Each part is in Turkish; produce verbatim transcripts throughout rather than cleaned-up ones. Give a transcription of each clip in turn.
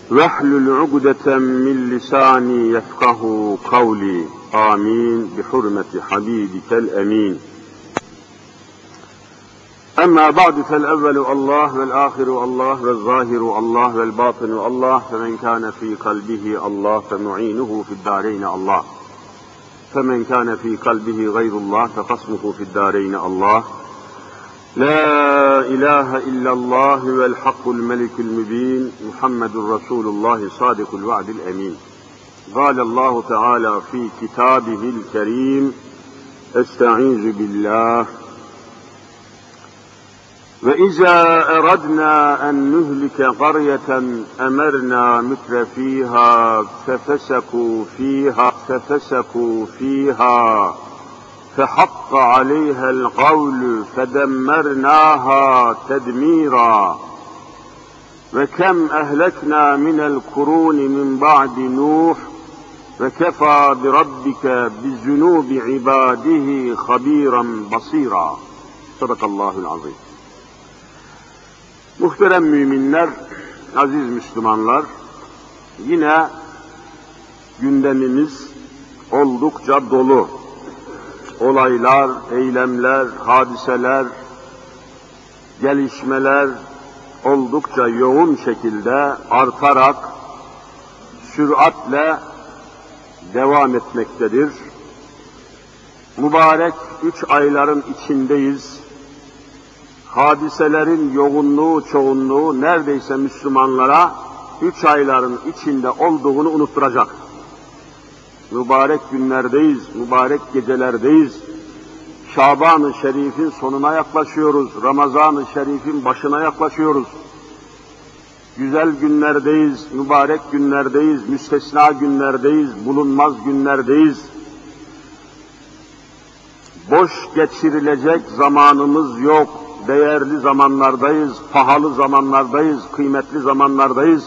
وَاحْلُلْ عُقْدَةً مِّنْ لِسَانِي يَفْقَهُوا قَوْلِي آمين بحرمة حبيبك الأمين. أما بعد فالأول الله والآخر الله والظاهر الله والباطن الله فمن كان في قلبه الله فمعينه في الدارين الله فمن كان في قلبه غير الله فخصمه في الدارين الله لا إله إلا الله والحق الملك المبين محمد رسول الله صادق الوعد الأمين. قال الله تعالى في كتابه الكريم استعيذ بالله وإذا أردنا أن نهلك قرية أمرنا متر فيها ففسقوا فيها ففسقوا فيها فحق عليها القول فدمرناها تدميرا وكم أهلكنا من القرون من بعد نوح وكفى بربك بذنوب عباده خبيرا بصيرا. Sadakallahul azim. Muhterem müminler, aziz Müslümanlar, yine gündemimiz oldukça dolu. Olaylar, eylemler, hadiseler, gelişmeler oldukça yoğun şekilde artarak, süratle devam etmektedir. Mübarek üç ayların içindeyiz. Hadiselerin yoğunluğu, çoğunluğu neredeyse Müslümanlara üç ayların içinde olduğunu unutturacak. Mübarek günlerdeyiz, mübarek gecelerdeyiz. Şaban-ı Şerif'in sonuna yaklaşıyoruz, Ramazan-ı Şerif'in başına yaklaşıyoruz. Güzel günlerdeyiz, mübarek günlerdeyiz, müstesna günlerdeyiz, bulunmaz günlerdeyiz. Boş geçirilecek zamanımız yok. Değerli zamanlardayız, pahalı zamanlardayız, kıymetli zamanlardayız.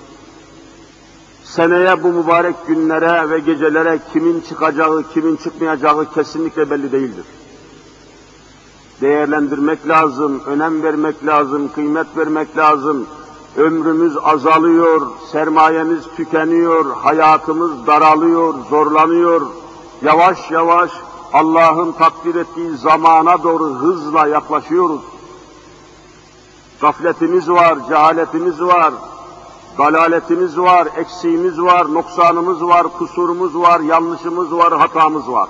Seneye bu mübarek günlere ve gecelere kimin çıkacağı, kimin çıkmayacağı kesinlikle belli değildir. Değerlendirmek lazım, önem vermek lazım, kıymet vermek lazım. Ömrümüz azalıyor, sermayemiz tükeniyor, hayatımız daralıyor, zorlanıyor. Yavaş yavaş Allah'ın takdir ettiği zamana doğru hızla yaklaşıyoruz. Gafletimiz var, cehaletimiz var, dalaletimiz var, eksiğimiz var, noksanımız var, kusurumuz var, yanlışımız var, hatamız var.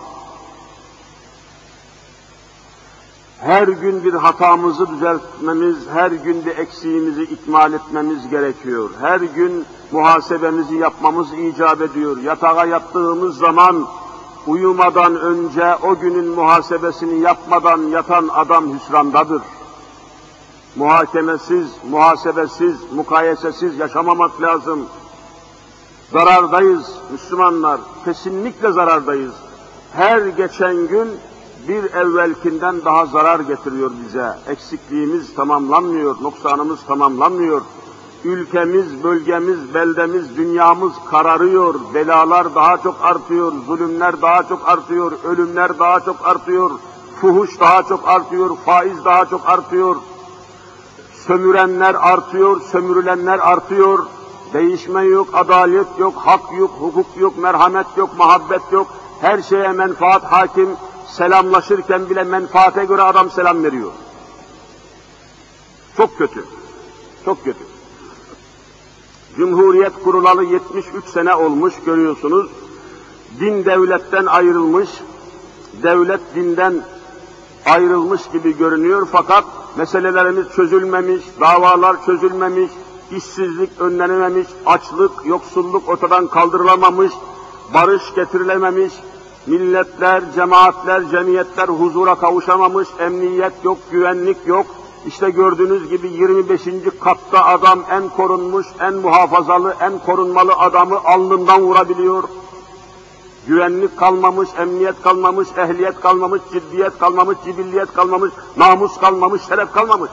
Her gün bir hatamızı düzeltmemiz, her gün bir eksiğimizi ikmal etmemiz gerekiyor. Her gün muhasebemizi yapmamız icap ediyor. Yatağa yattığımız zaman, uyumadan önce o günün muhasebesini yapmadan yatan adam hüsrandadır. Muhakemesiz, muhasebesiz, mukayesesiz yaşamamak lazım. Zarardayız Müslümanlar, kesinlikle zarardayız. Her geçen gün bir evvelkinden daha zarar getiriyor bize. Eksikliğimiz tamamlanmıyor, noksanımız tamamlanmıyor. Ülkemiz, bölgemiz, beldemiz, dünyamız kararıyor, belalar daha çok artıyor, zulümler daha çok artıyor, ölümler daha çok artıyor, fuhuş daha çok artıyor, faiz daha çok artıyor, sömürenler artıyor, sömürülenler artıyor, değişme yok, adalet yok, hak yok, hukuk yok, merhamet yok, muhabbet yok, her şeye menfaat hakim, selamlaşırken bile menfaate göre adam selam veriyor. Çok kötü, çok kötü. Cumhuriyet kurulalı yetmiş üç sene olmuş görüyorsunuz. Din devletten ayrılmış, devlet dinden ayrılmış gibi görünüyor fakat meselelerimiz çözülmemiş, davalar çözülmemiş, işsizlik önlenememiş, açlık, yoksulluk ortadan kaldırılamamış, barış getirilememiş, milletler, cemaatler, cemiyetler huzura kavuşamamış, emniyet yok, güvenlik yok. İşte gördüğünüz gibi yirmi beşinci katta adam en korunmuş, en muhafazalı, en korunmalı adamı alnından vurabiliyor. Güvenlik kalmamış, emniyet kalmamış, ehliyet kalmamış, ciddiyet kalmamış, cibilliyet kalmamış, namus kalmamış, şeref kalmamış.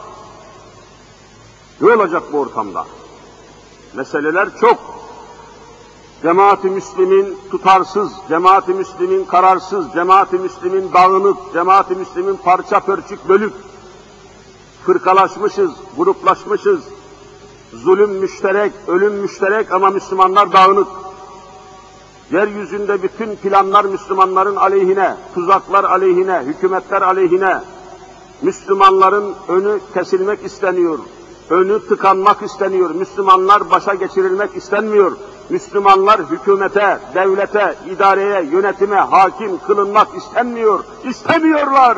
Ne olacak bu ortamda? Meseleler çok. Cemaat-i Müslim'in tutarsız, Cemaat-i Müslim'in kararsız, Cemaat-i Müslim'in dağınık, Cemaat-i Müslim'in parça pörçük bölük, fırkalaşmışız, gruplaşmışız, Zulüm müşterek, ölüm müşterek ama Müslümanlar dağınık. Yeryüzünde bütün planlar Müslümanların aleyhine, tuzaklar aleyhine, hükümetler aleyhine. Müslümanların önü kesilmek isteniyor, önü tıkanmak isteniyor. Müslümanlar başa geçirilmek istenmiyor. Müslümanlar hükümete, devlete, idareye, yönetime hakim kılınmak istenmiyor, istemiyorlar.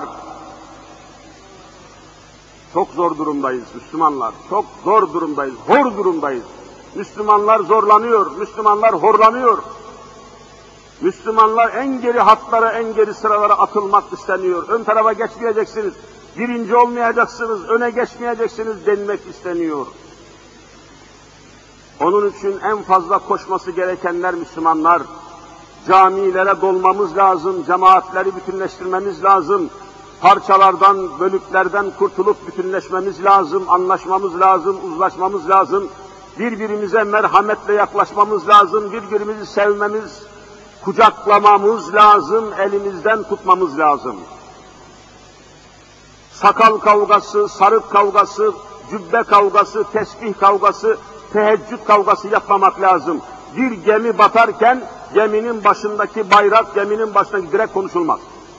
Çok zor durumdayız Müslümanlar, çok zor durumdayız, hor durumdayız. Müslümanlar zorlanıyor, Müslümanlar horlanıyor. Müslümanlar en geri hatlara, en geri sıralara atılmak isteniyor. Ön tarafa geçmeyeceksiniz, birinci olmayacaksınız, öne geçmeyeceksiniz denmek isteniyor. Onun için en fazla koşması gerekenler Müslümanlar. Camilere dolmamız lazım, cemaatleri bütünleştirmemiz lazım. Parçalardan, bölüklerden kurtulup bütünleşmemiz lazım, anlaşmamız lazım, uzlaşmamız lazım. Birbirimize merhametle yaklaşmamız lazım, birbirimizi sevmemiz, kucaklamamız lazım, elimizden tutmamız lazım. Sakal kavgası, sarık kavgası, cübbe kavgası, tesbih kavgası, teheccüd kavgası yapmamak lazım. Bir gemi batarken geminin başındaki bayrak, geminin başındaki direk konuşulmaz.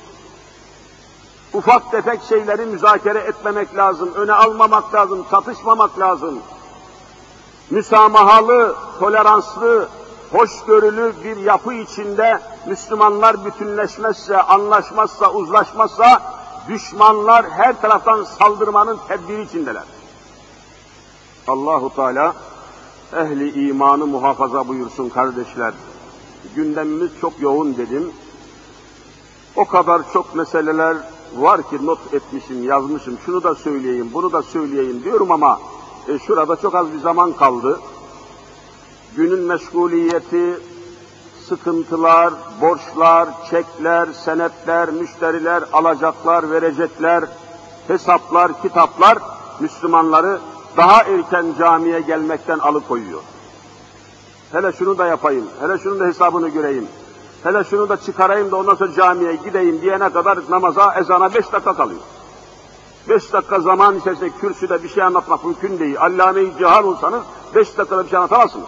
Ufak tefek şeyleri müzakere etmemek lazım, öne almamak lazım, çatışmamak lazım. Müsamahalı, toleranslı, hoşgörülü bir yapı içinde Müslümanlar bütünleşmezse, anlaşmazsa, uzlaşmazsa, düşmanlar her taraftan saldırmanın tedbiri içindeler. Allahu Teala ehli imanı muhafaza buyursun kardeşler. Gündemimiz çok yoğun dedim. O kadar çok meseleler var ki not etmişim, yazmışım. Şunu da söyleyeyim, bunu da söyleyeyim diyorum ama e, şurada çok az bir zaman kaldı. Günün meşguliyeti, sıkıntılar, borçlar, çekler, senetler, müşteriler, alacaklar, verecekler, hesaplar, kitaplar Müslümanları daha erken camiye gelmekten alıkoyuyor. Hele şunu da yapayım, hele şunun da hesabını göreyim, hele şunu da çıkarayım da ondan sonra camiye gideyim diyene kadar namaza, ezana beş dakika kalıyor. Beş dakika zaman içerisinde kürsüde bir şey anlatmak mümkün değil. Allame-i cihan olsanız beş dakikada bir şey anlatamazsınız.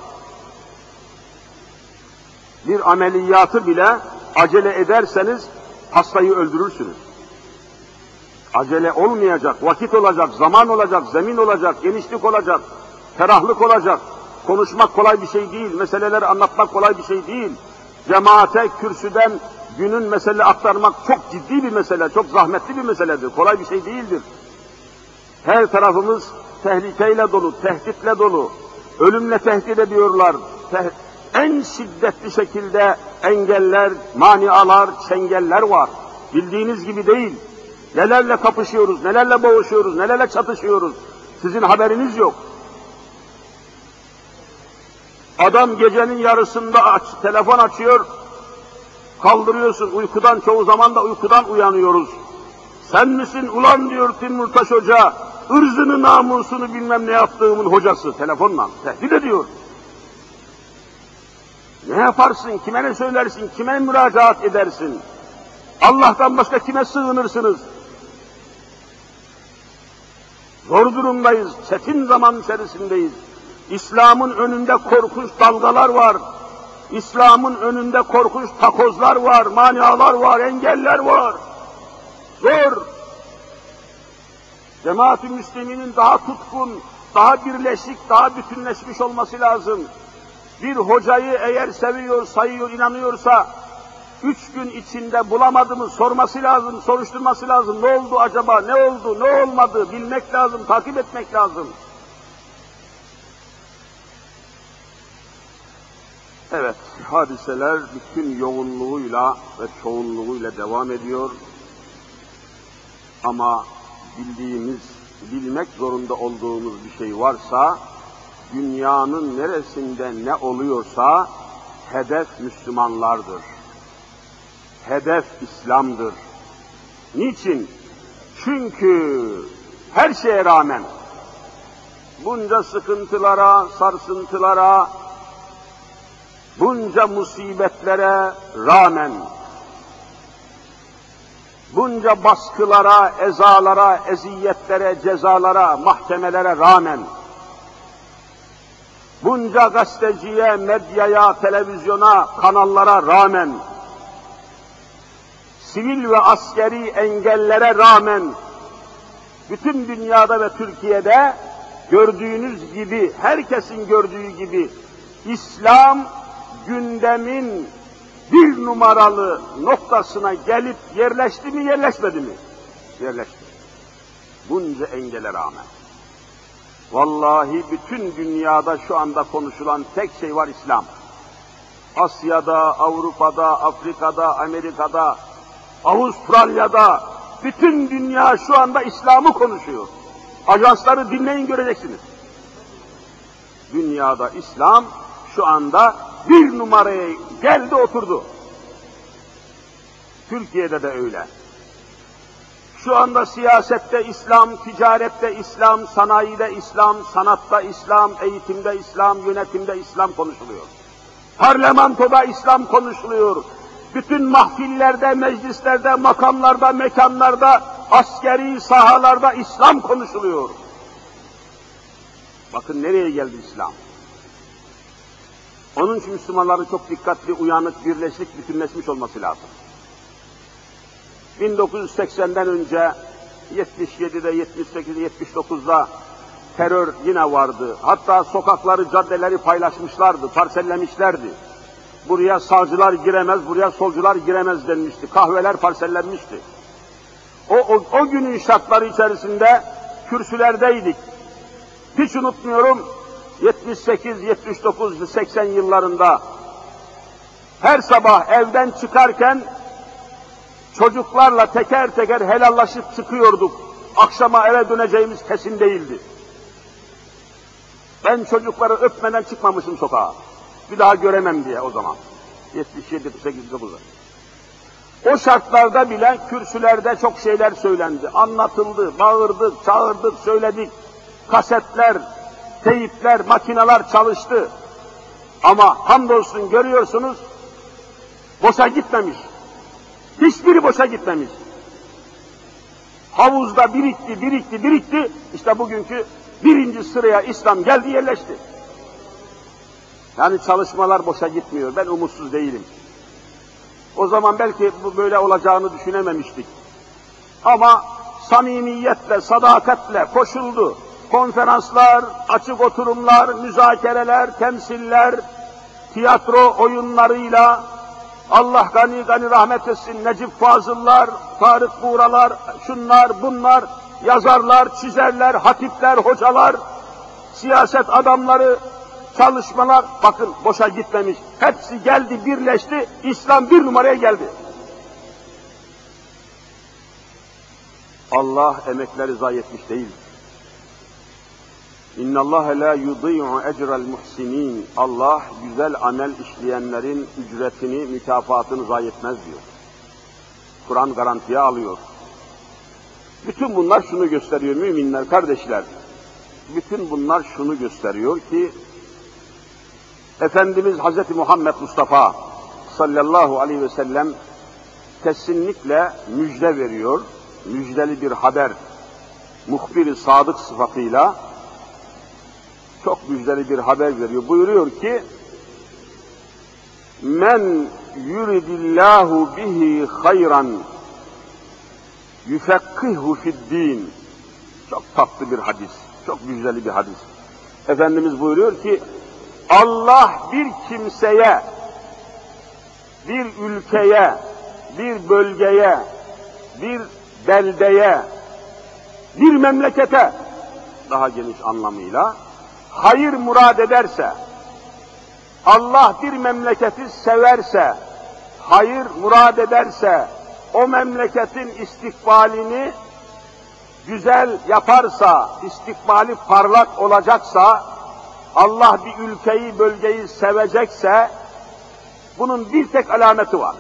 Bir ameliyatı bile acele ederseniz hastayı öldürürsünüz. Acele olmayacak, vakit olacak, zaman olacak, zemin olacak, genişlik olacak, ferahlık olacak. Konuşmak kolay bir şey değil, meseleleri anlatmak kolay bir şey değil. Cemaate, kürsüden günün mesele aktarmak çok ciddi bir mesele, çok zahmetli bir meseledir, kolay bir şey değildir. Her tarafımız tehlikeyle dolu, tehditle dolu, ölümle tehdit ediyorlar. Te- en şiddetli şekilde engeller, manialar, çengeller var. Bildiğiniz gibi değil. Nelerle kapışıyoruz, nelerle boğuşuyoruz, nelerle çatışıyoruz. Sizin haberiniz yok. Adam gecenin yarısında aç, telefon açıyor, kaldırıyorsun uykudan, çoğu zaman da uykudan uyanıyoruz. Sen misin ulan diyor Timurtaş Hoca, ırzını namusunu bilmem ne yaptığımın hocası, telefonla tehdit ediyor. Ne yaparsın, kime ne söylersin, kime müracaat edersin? Allah'tan başka kime sığınırsınız? Zor durumdayız, çetin zaman içerisindeyiz. İslam'ın önünde korkunç dalgalar var. İslam'ın önünde korkunç takozlar var, manialar var, engeller var. Zor. Cemaat-ı Müslümin'in daha tutkun, daha birleşik, daha bütünleşmiş olması lazım. Bir hocayı eğer seviyor, sayıyor, inanıyorsa, üç gün içinde bulamadığını sorması lazım, soruşturması lazım. Ne oldu acaba, ne oldu, ne olmadı bilmek lazım, takip etmek lazım. Evet, hadiseler bütün yoğunluğuyla ve çoğunluğuyla devam ediyor. Ama bildiğimiz, bilmek zorunda olduğumuz bir şey varsa, dünyanın neresinde ne oluyorsa, hedef Müslümanlardır. Hedef İslam'dır. Niçin? Çünkü her şeye rağmen, bunca sıkıntılara, sarsıntılara, bunca musibetlere rağmen, bunca baskılara, ezalara, eziyetlere, cezalara, mahkemelere rağmen, bunca gazeteciye, medyaya, televizyona, kanallara rağmen, sivil ve askeri engellere rağmen, bütün dünyada ve Türkiye'de gördüğünüz gibi, herkesin gördüğü gibi, İslam gündemin bir numaralı noktasına gelip yerleşti mi, yerleşmedi mi? Yerleşti. Bunca engele rağmen. Vallahi bütün dünyada şu anda konuşulan tek şey var, İslam. Asya'da, Avrupa'da, Afrika'da, Amerika'da, Avustralya'da, bütün dünya şu anda İslam'ı konuşuyor. Ajansları dinleyin, göreceksiniz. Dünyada İslam şu anda bir numaraya geldi, oturdu. Türkiye'de de öyle. Şu anda siyasette İslam, ticarette İslam, sanayide İslam, sanatta İslam, eğitimde İslam, yönetimde İslam konuşuluyor. Parlamentoda İslam konuşuluyor. Bütün mahfillerde, meclislerde, makamlarda, mekanlarda, askeri sahalarda İslam konuşuluyor. Bakın nereye geldi İslam. Onun için Müslümanların çok dikkatli, uyanık, birleşik, bütünleşmiş olması lazım. bin dokuz yüz seksenden önce yetmiş yedide, yetmiş sekizde, yetmiş dokuzda terör yine vardı. Hatta sokakları, caddeleri paylaşmışlardı, parsellemişlerdi. Buraya sağcılar giremez, buraya solcular giremez denmişti. Kahveler parsellenmişti. O, o, o günün şartları içerisinde kürsülerdeydik. Hiç unutmuyorum, yetmiş sekiz, yetmiş dokuz, seksen yıllarında her sabah evden çıkarken çocuklarla teker teker helallaşıp çıkıyorduk. Akşama eve döneceğimiz kesin değildi. Ben çocukları öpmeden çıkmamışım sokağa. Bir daha göremem diye o zaman. yetmiş yedi, yetmiş sekiz, yetmiş dokuzda. O şartlarda bile kürsülerde çok şeyler söylendi, anlatıldı, bağırdık, çağırdık, söyledik. Kasetler, teyipler, makineler çalıştı. Ama hamdolsun görüyorsunuz, boşa gitmemiş. Hiçbiri boşa gitmemiş. Havuzda birikti, birikti, birikti. İşte bugünkü birinci sıraya İslam geldi, yerleşti. Yani çalışmalar boşa gitmiyor. Ben umutsuz değilim. O zaman belki bu böyle olacağını düşünememiştik. Ama samimiyetle, sadakatle koşuldu. Konferanslar, açık oturumlar, müzakereler, temsiller, tiyatro oyunlarıyla, Allah gani gani rahmet etsin, Necip Fazıllar, Tarık Buğralar, şunlar, bunlar, yazarlar, çizerler, hatipler, hocalar, siyaset adamları, çalışmalar, bakın boşa gitmemiş. Hepsi geldi, birleşti, İslam bir numaraya geldi. Allah emekleri zayi etmiş değil. İnna Allah la yudî'u ecrel muhsinin. Allah güzel amel işleyenlerin ücretini, mükafatını zayi etmez diyor. Kur'an garantiye alıyor. Bütün bunlar şunu gösteriyor müminler, kardeşler. Bütün bunlar şunu gösteriyor ki Efendimiz Hazreti Muhammed Mustafa sallallahu aleyhi ve sellem kesinlikle müjde veriyor. Müjdeli bir haber, muhbir-i sadık sıfatıyla çok müjdeli bir haber veriyor. Buyuruyor ki men yuridillahu bihi hayran yufekkihu fi'd-din. Çok tatlı bir hadis, çok müjdeli bir hadis. Efendimiz buyuruyor ki Allah bir kimseye, bir ülkeye, bir bölgeye, bir beldeye, bir memlekete, daha geniş anlamıyla hayır murad ederse, Allah bir memleketi severse, hayır murad ederse, o memleketin istikbalini güzel yaparsa, istikbali parlak olacaksa, Allah bir ülkeyi, bölgeyi sevecekse, bunun bir tek alameti var.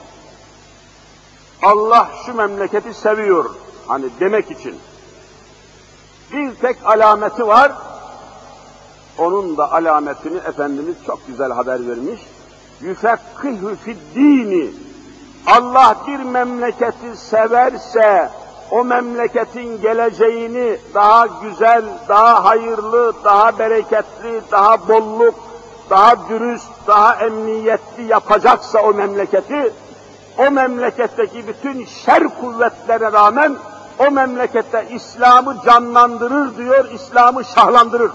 Allah şu memleketi seviyor, hani demek için. Bir tek alameti var, onun da alametini Efendimiz çok güzel haber vermiş. Yüfekkihü fi'd-dini. Allah bir memleketi severse, o memleketin geleceğini daha güzel, daha hayırlı, daha bereketli, daha bolluk, daha dürüst, daha emniyetli yapacaksa o memleketi, o memleketteki bütün şer kuvvetlere rağmen o memlekette İslam'ı canlandırır diyor, İslam'ı şahlandırır.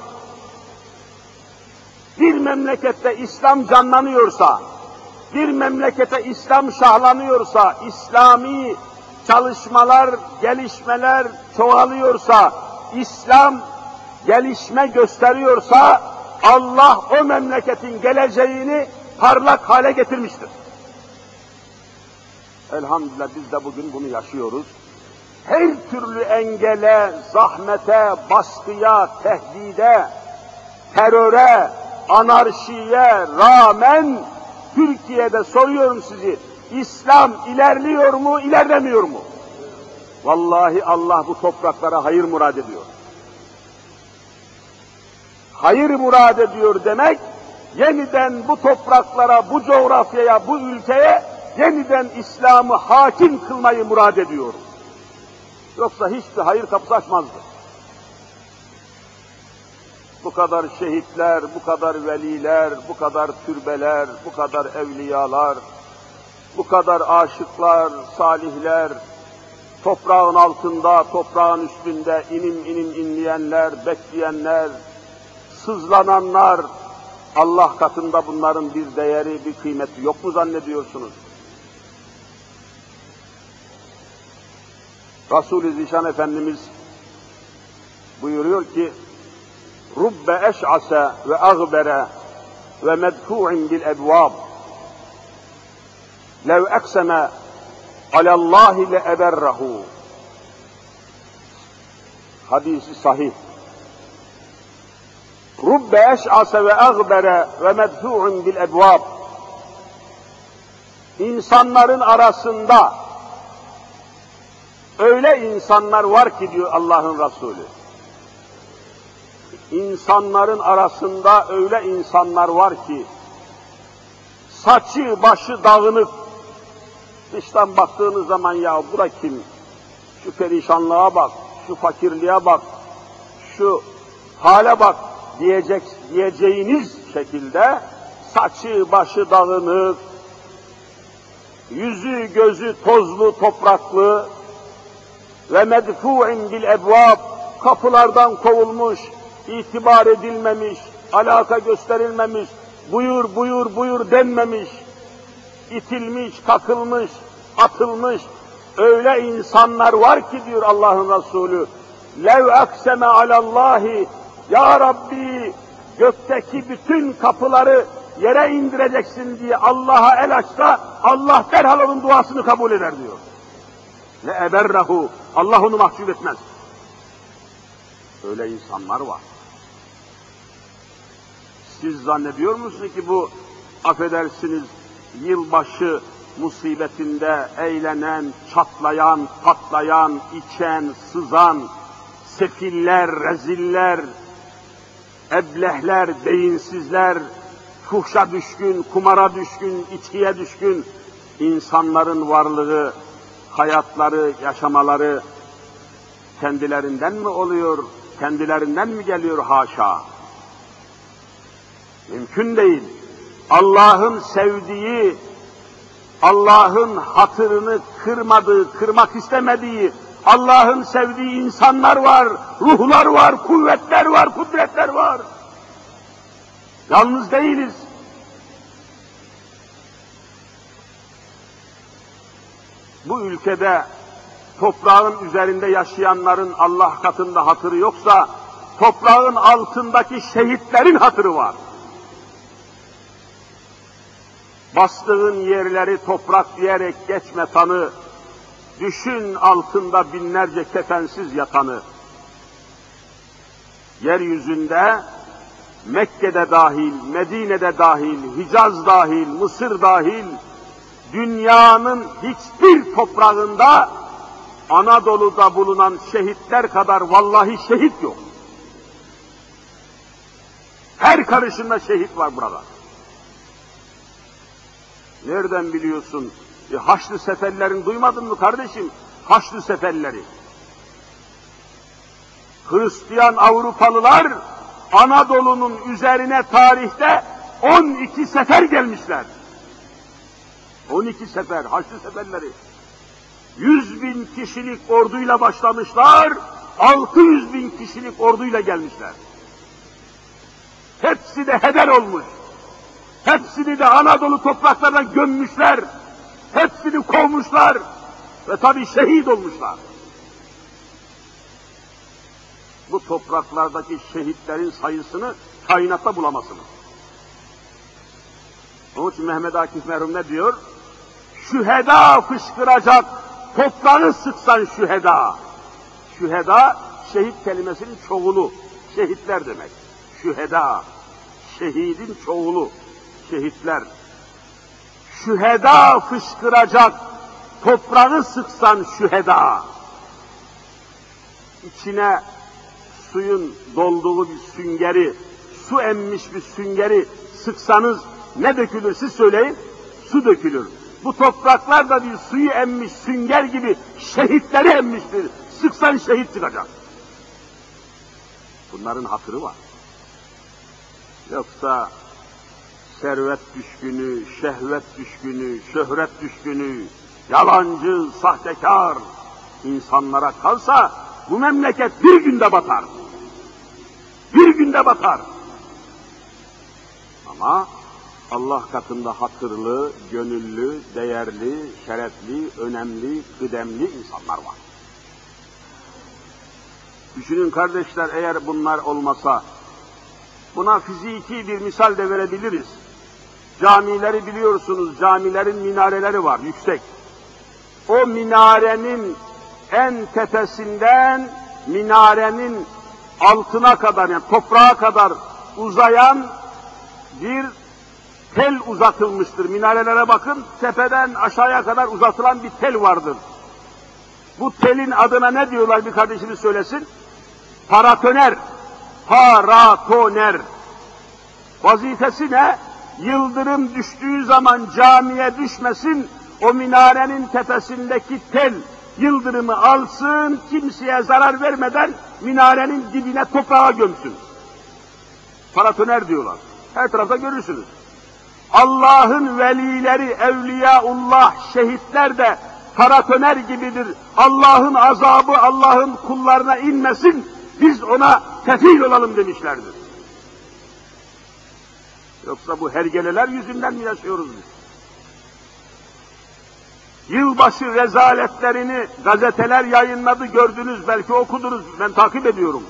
Bir memlekette İslam canlanıyorsa, bir memlekete İslam şahlanıyorsa, İslami çalışmalar, gelişmeler çoğalıyorsa, İslam gelişme gösteriyorsa, Allah o memleketin geleceğini parlak hale getirmiştir. Elhamdülillah biz de bugün bunu yaşıyoruz. Her türlü engele, zahmete, baskıya, tehdide, teröre, anarşiye rağmen Türkiye'de soruyorum sizi, İslam ilerliyor mu, ilerlemiyor mu? Vallahi Allah bu topraklara hayır murad ediyor. Hayır murad ediyor demek, yeniden bu topraklara, bu coğrafyaya, bu ülkeye yeniden İslam'ı hakim kılmayı murad ediyor. Yoksa hiçbir hayır kapısı açmazdı. Bu kadar şehitler, bu kadar veliler, bu kadar türbeler, bu kadar evliyalar, bu kadar aşıklar, salihler, toprağın altında, toprağın üstünde inim inim inleyenler, bekleyenler, sızlananlar, Allah katında bunların bir değeri, bir kıymeti yok mu zannediyorsunuz? Resul-i Zişan Efendimiz buyuruyor ki, Rubbe eş'ase ve agbere ve medfu'in bil ebvab lev ekseme alallahi le eberrahu. Hadisi sahih. Rubbe eş'ase ve agbere ve medfu'in bil ebvab. İnsanların arasında öyle insanlar var ki diyor Allah'ın Resulü. İnsanların arasında öyle insanlar var ki saçı başı dağınık, dıştan baktığınız zaman ya bura kim? Şu perişanlığa bak, şu fakirliğe bak, şu hale bak diyecek diyeceğiniz şekilde saçı başı dağınık, yüzü gözü tozlu topraklı ve medfu'in bil ebvab, kapılardan kovulmuş, itibar edilmemiş, alaka gösterilmemiş, buyur buyur buyur denmemiş, itilmiş, kakılmış, atılmış öyle insanlar var ki diyor Allah'ın Resulü, lev akseme alallahi, ya Rabbi gökteki bütün kapıları yere indireceksin diye Allah'a el açsa, Allah derhal onun duasını kabul eder diyor. Le eberrahu, Allah onu mahcup etmez. Öyle insanlar var. Siz zannediyor musunuz ki bu, affedersiniz, yılbaşı musibetinde eğlenen, çatlayan, patlayan, içen, sızan, sefiller, reziller, eblehler, beyinsizler, fuhşa düşkün, kumara düşkün, içkiye düşkün insanların varlığı, hayatları, yaşamaları kendilerinden mi oluyor, kendilerinden mi geliyor? Haşa! Mümkün değil. Allah'ın sevdiği, Allah'ın hatırını kırmadığı, kırmak istemediği, Allah'ın sevdiği insanlar var, ruhlar var, kuvvetler var, kudretler var. Yalnız değiliz. Bu ülkede toprağın üzerinde yaşayanların Allah katında hatırı yoksa, toprağın altındaki şehitlerin hatırı var. Bastığın yerleri toprak diyerek geçme tanı, düşün altında binlerce kefensiz yatanı. Yeryüzünde, Mekke'de dahil, Medine'de dahil, Hicaz dahil, Mısır dahil, dünyanın hiçbir toprağında Anadolu'da bulunan şehitler kadar vallahi şehit yok. Her karışında şehit var burada. Nereden biliyorsun? E, Haçlı seferlerini duymadın mı kardeşim? Haçlı seferleri. Hristiyan Avrupalılar Anadolu'nun üzerine tarihte on iki sefer gelmişler. on iki sefer, Haçlı seferleri. yüz bin kişilik orduyla başlamışlar, altı yüz bin kişilik orduyla gelmişler. Hepsi de heder olmuş. Hepsini de Anadolu topraklarına gömmüşler. Hepsini kovmuşlar. Ve tabii şehit olmuşlar. Bu topraklardaki şehitlerin sayısını kainatta bulamazsınız. Onun için Mehmet Akif merhum ne diyor? Şüheda fışkıracak, toprağı sıksan şüheda. Şüheda, şehit kelimesinin çoğulu, şehitler demek. Şüheda, şehidin çoğulu, şehitler. Şüheda fışkıracak, toprağı sıksan şüheda. İçine suyun dolduğu bir süngeri, su emmiş bir süngeri sıksanız ne dökülür siz söyleyin? Su dökülür. Bu topraklar da bir suyu emmiş sünger gibi şehitleri emmiştir. Sıksan şehit çıkacak. Bunların hatırı var. Yoksa servet düşkünü, şehvet düşkünü, şöhret düşkünü, yalancı, sahtekar insanlara kalsa bu memleket bir günde batar. Bir günde batar. Ama Allah katında hatırlı, gönüllü, değerli, şerefli, önemli, kıdemli insanlar var. Düşünün kardeşler, eğer bunlar olmasa, buna fiziki bir misal de verebiliriz. Camileri biliyorsunuz, camilerin minareleri var, yüksek. O minarenin en tepesinden, minarenin altına kadar, yani toprağa kadar uzayan bir tel uzatılmıştır. Minarelere bakın, tepeden aşağıya kadar uzatılan bir tel vardır. Bu telin adına ne diyorlar, bir kardeşiniz söylesin? Paratoner. Paratoner. Vazifesi ne? Yıldırım düştüğü zaman camiye düşmesin, o minarenin tepesindeki tel yıldırımı alsın, kimseye zarar vermeden minarenin dibine toprağa gömsün. Paratoner diyorlar. Her tarafta görürsünüz. Allah'ın velileri, evliyaullah, şehitler de paratoner gibidir. Allah'ın azabı Allah'ın kullarına inmesin, biz ona kefil olalım demişlerdir. Yoksa bu hergeleler yüzünden mi yaşıyoruz biz? Yılbaşı rezaletlerini gazeteler yayınladı, gördünüz, belki okudunuz, ben takip ediyorum.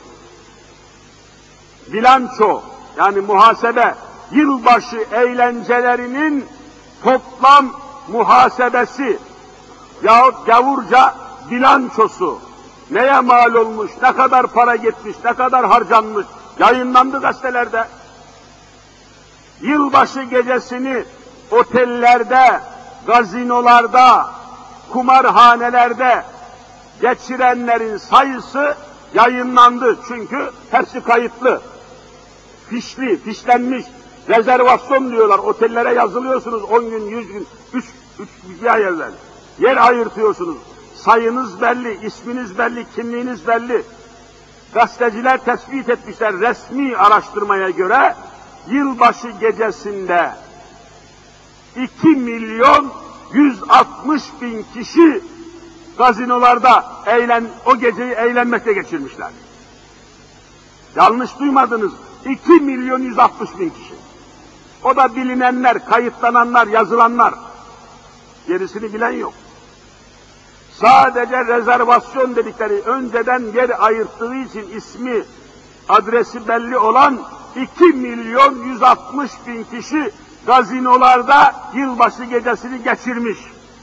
Bilanço, yani muhasebe, yılbaşı eğlencelerinin toplam muhasebesi yahut gavurca bilançosu, neye mal olmuş, ne kadar para gitmiş, ne kadar harcanmış, yayınlandı gazetelerde. Yılbaşı gecesini otellerde, gazinolarda, kumarhanelerde geçirenlerin sayısı yayınlandı. Çünkü hepsi kayıtlı, fişli, fişlenmiş, rezervasyon diyorlar. Otellere yazılıyorsunuz on gün, yüz gün, üç, üç, bir ay evvel. Yer ayırtıyorsunuz. Sayınız belli, isminiz belli, kimliğiniz belli. Gazeteciler tespit etmişler resmi araştırmaya göre yılbaşı gecesinde iki milyon yüz altmış bin kişi gazinolarda eğlen, o geceyi eğlenmekte geçirmişler. Yanlış duymadınız. iki milyon yüz altmış bin kişi. O da bilinenler, kayıtlananlar, yazılanlar. Gerisini bilen yok. Sadece rezervasyon dedikleri, önceden yer ayırttığı için ismi, adresi belli olan iki milyon yüz altmış bin kişi gazinolarda yılbaşı gecesini geçirmiş.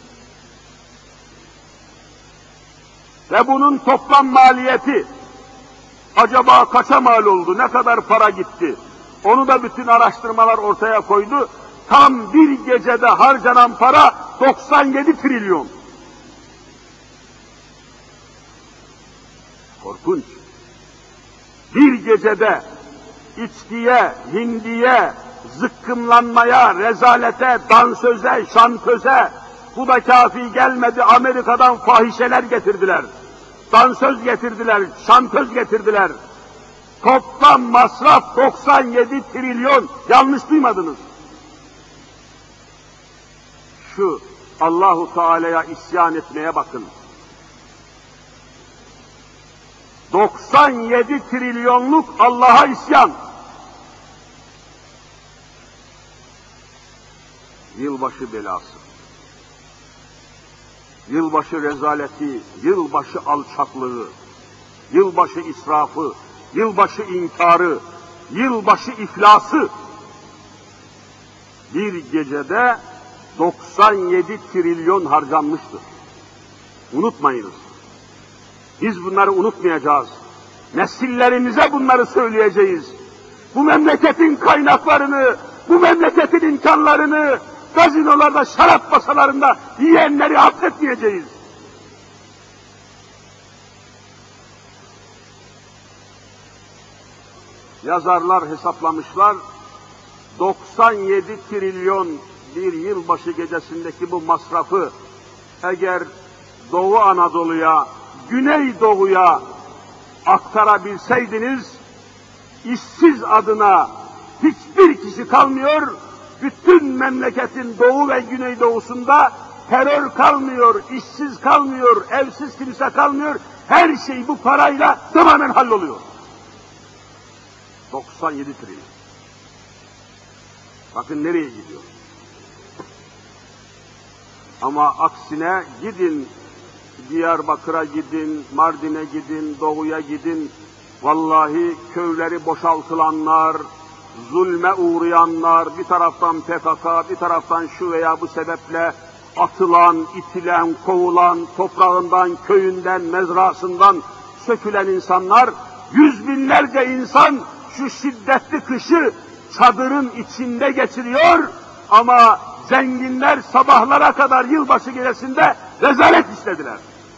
Ve bunun toplam maliyeti acaba kaça mal oldu, ne kadar para gitti? Onu da bütün araştırmalar ortaya koydu. Tam bir gecede harcanan para doksan yedi trilyon. Korkunç. Bir gecede içkiye, hindiye, zıkkımlanmaya, rezalete, dansöze, şantöze, bu da kafi gelmedi, Amerika'dan fahişeler getirdiler. dansöz getirdiler, şantöz getirdiler. Toplam masraf doksan yedi trilyon, yanlış duymadınız. Şu Allahu Teala'ya isyan etmeye bakın. doksan yedi trilyonluk Allah'a isyan. Yılbaşı belası, yılbaşı rezaleti, yılbaşı alçaklığı, yılbaşı israfı, yılbaşı inkarı, yılbaşı iflası. Bir gecede doksan yedi trilyon harcanmıştır. Unutmayınız. Biz bunları unutmayacağız. Nesillerimize bunları söyleyeceğiz. Bu memleketin kaynaklarını, bu memleketin imkanlarını, gazinolarda, şarap masalarında yiyenleri affetmeyeceğiz. Yazarlar hesaplamışlar, doksan yedi trilyon bir yılbaşı gecesindeki bu masrafı eğer Doğu Anadolu'ya, Güneydoğu'ya aktarabilseydiniz, işsiz adına hiçbir kişi kalmıyor, bütün memleketin doğu ve güneydoğusunda terör kalmıyor, işsiz kalmıyor, evsiz kimse kalmıyor, her şey bu parayla tamamen halloluyor. doksan yedi trilyon. Bakın nereye gidiyor. Ama aksine gidin, Diyarbakır'a gidin, Mardin'e gidin, Doğu'ya gidin, vallahi köyleri boşaltılanlar, zulme uğrayanlar, bir taraftan P K K, bir taraftan şu veya bu sebeple atılan, itilen, kovulan, toprağından, köyünden, mezrasından sökülen insanlar, yüz binlerce insan şu şiddetli kışı çadırın içinde geçiriyor ama zenginler sabahlara kadar yılbaşı gecesinde rezalet işlediler.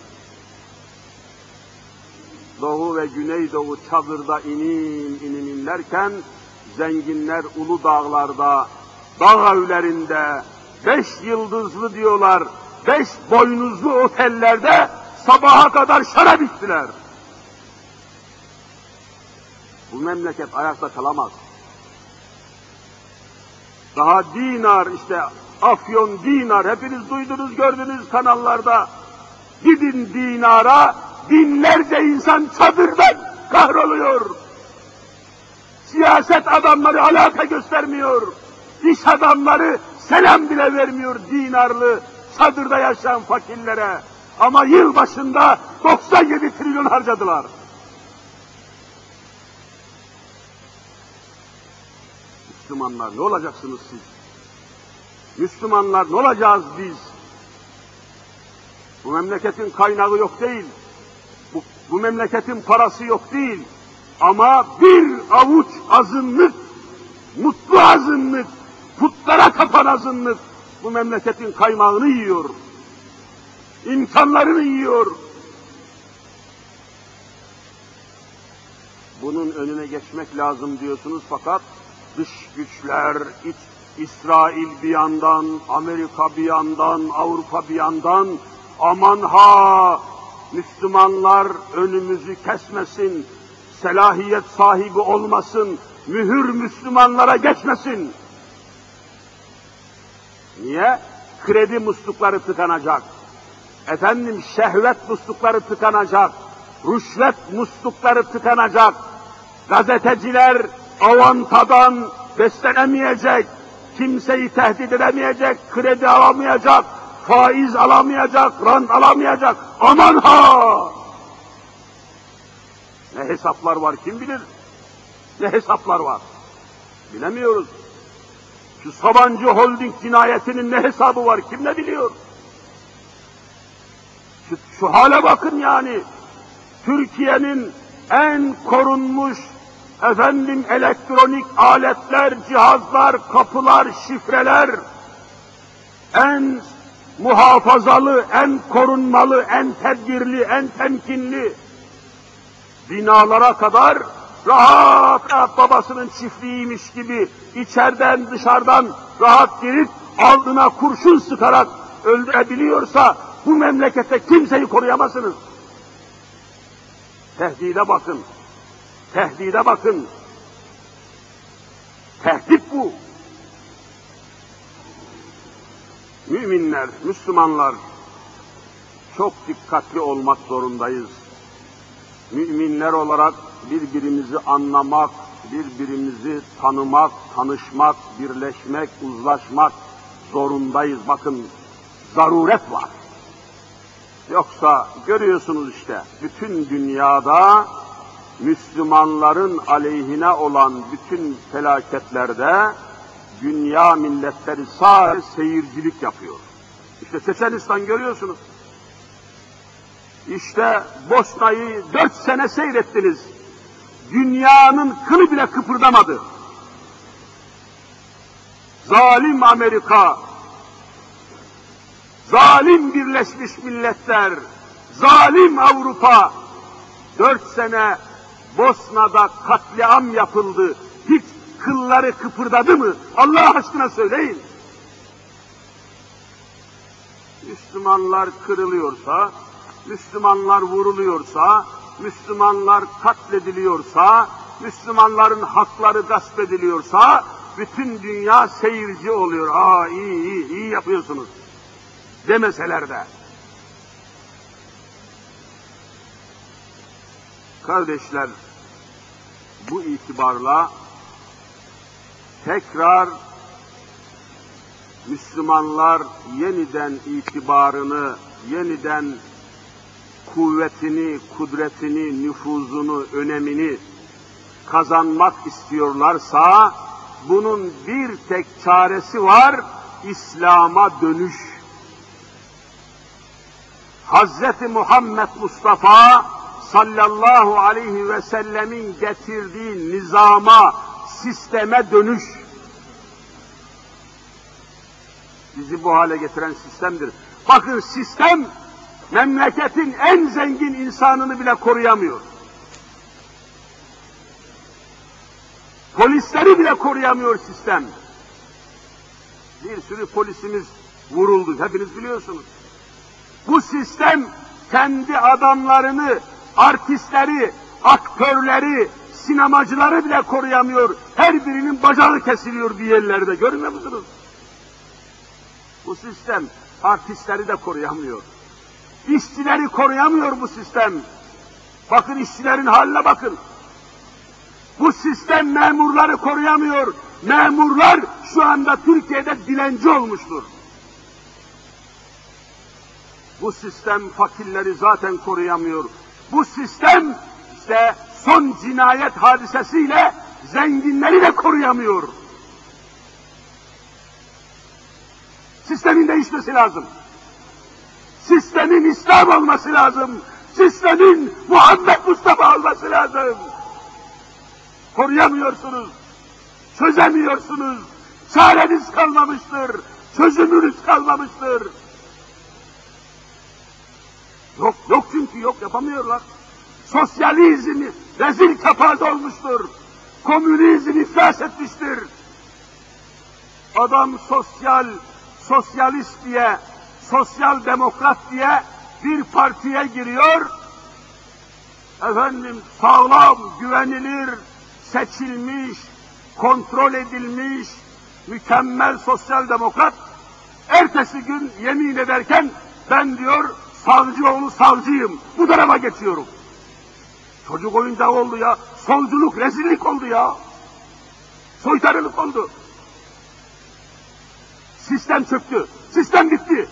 Doğu ve Güneydoğu çadırda inin inin inlerken zenginler ulu dağlarda, dağ evlerinde, beş yıldızlı diyorlar, beş boynuzlu otellerde sabaha kadar şarap içtiler. Bu memleket ayakta kalamaz. Daha dinar işte, Afyon dinar, hepiniz duydunuz, gördünüz kanallarda. Gidin dinara, binlerce insan çadırdan kahroluyor. Siyaset adamları alaka göstermiyor. İş adamları selam bile vermiyor dinarlı, çadırda yaşayan fakirlere. Ama yıl başında doksan yedi trilyon harcadılar. Müslümanlar ne olacaksınız siz? Müslümanlar ne olacağız biz? Bu memleketin kaynağı yok değil. Bu, bu memleketin parası yok değil. Ama bir avuç azınlık, mutlu azınlık, putlara tapan azınlık bu memleketin kaymağını yiyor. İmkanlarını yiyor. Bunun önüne geçmek lazım diyorsunuz fakat dış güçler, iç, İsrail bir yandan, Amerika bir yandan, Avrupa bir yandan, aman ha Müslümanlar önümüzü kesmesin, selahiyet sahibi olmasın, mühür Müslümanlara geçmesin. Niye? Kredi muslukları tıkanacak. Efendim şehvet muslukları tıkanacak. Rüşvet muslukları tıkanacak. Gazeteciler avantadan beslenemeyecek. Kimseyi tehdit edemeyecek, kredi alamayacak, faiz alamayacak, rant alamayacak. Aman ha! Ne hesaplar var kim bilir? Ne hesaplar var? Bilemiyoruz. Şu Sabancı Holding cinayetinin ne hesabı var kim ne biliyor? Şu, şu hale bakın yani. Türkiye'nin en korunmuş efendim elektronik aletler, cihazlar, kapılar, şifreler, en muhafazalı, en korunmalı, en tedbirli, en temkinli binalara kadar rahat rahat babasının çiftliğiymiş gibi içeriden dışarıdan rahat girip alnına kurşun sıkarak öldürebiliyorsa bu memlekette kimseyi koruyamazsınız. Tehdide bakın. Tehdide bakın. Tehdit bu. Müminler, Müslümanlar çok dikkatli olmak zorundayız. Müminler olarak birbirimizi anlamak, birbirimizi tanımak, tanışmak, birleşmek, uzlaşmak zorundayız. Bakın, zaruret var. Yoksa görüyorsunuz işte, bütün dünyada Müslümanların aleyhine olan bütün felaketlerde dünya milletleri sadece seyircilik yapıyor. İşte Çeçenistan görüyorsunuz. İşte Bosna'yı dört sene seyrettiniz. Dünyanın kılı bile kıpırdamadı. Zalim Amerika, zalim Birleşmiş Milletler, zalim Avrupa, dört sene Bosna'da katliam yapıldı. Hiç kılları kıpırdadı mı? Allah aşkına söyleyin. Müslümanlar kırılıyorsa, Müslümanlar vuruluyorsa, Müslümanlar katlediliyorsa, Müslümanların hakları gasp ediliyorsa, bütün dünya seyirci oluyor. Aa iyi iyi iyi yapıyorsunuz demeseler de. Kardeşler, bu itibarla tekrar Müslümanlar yeniden itibarını, yeniden kuvvetini, kudretini, nüfuzunu, önemini kazanmak istiyorlarsa, bunun bir tek çaresi var, İslam'a dönüş. Hazreti Muhammed Mustafa sallallahu aleyhi ve sellemin getirdiği nizama, sisteme dönüş. Bizi bu hale getiren sistemdir. Bakın, sistem memleketin en zengin insanını bile koruyamıyor. Polisleri bile koruyamıyor sistem. Bir sürü polisimiz vuruldu, hepiniz biliyorsunuz. Bu sistem kendi adamlarını, artistleri, aktörleri, sinemacıları bile koruyamıyor. Her birinin bacağı kesiliyor bir yerlerde, görmüyor musunuz? Bu sistem artistleri de koruyamıyor. İşçileri koruyamıyor bu sistem. Bakın, işçilerin haline bakın. Bu sistem memurları koruyamıyor. Memurlar şu anda Türkiye'de dilenci olmuştur. Bu sistem fakirleri zaten koruyamıyor. Bu sistem işte son cinayet hadisesiyle zenginleri de koruyamıyor. Sistemin değişmesi lazım. Sistemin İslam olması lazım. Sistemin Muhammed Mustafa olması lazım. Koruyamıyorsunuz, çözemiyorsunuz, çareniz kalmamıştır, çözümünüz kalmamıştır. Yok, yok çünkü yok, yapamıyorlar. Sosyalizm rezil kepaze olmuştur. Komünizm iflas etmiştir. Adam sosyal, sosyalist diye, sosyal demokrat diye bir partiye giriyor. Efendim, sağlam, güvenilir, seçilmiş, kontrol edilmiş, mükemmel sosyal demokrat, ertesi gün yemin ederken ben diyor savcıoğlu savcıyım, bu tarafa geçiyorum. Çocuk oyuncağı oldu ya, solculuk, rezillik oldu ya, soytarılık oldu. Sistem çöktü, sistem bitti.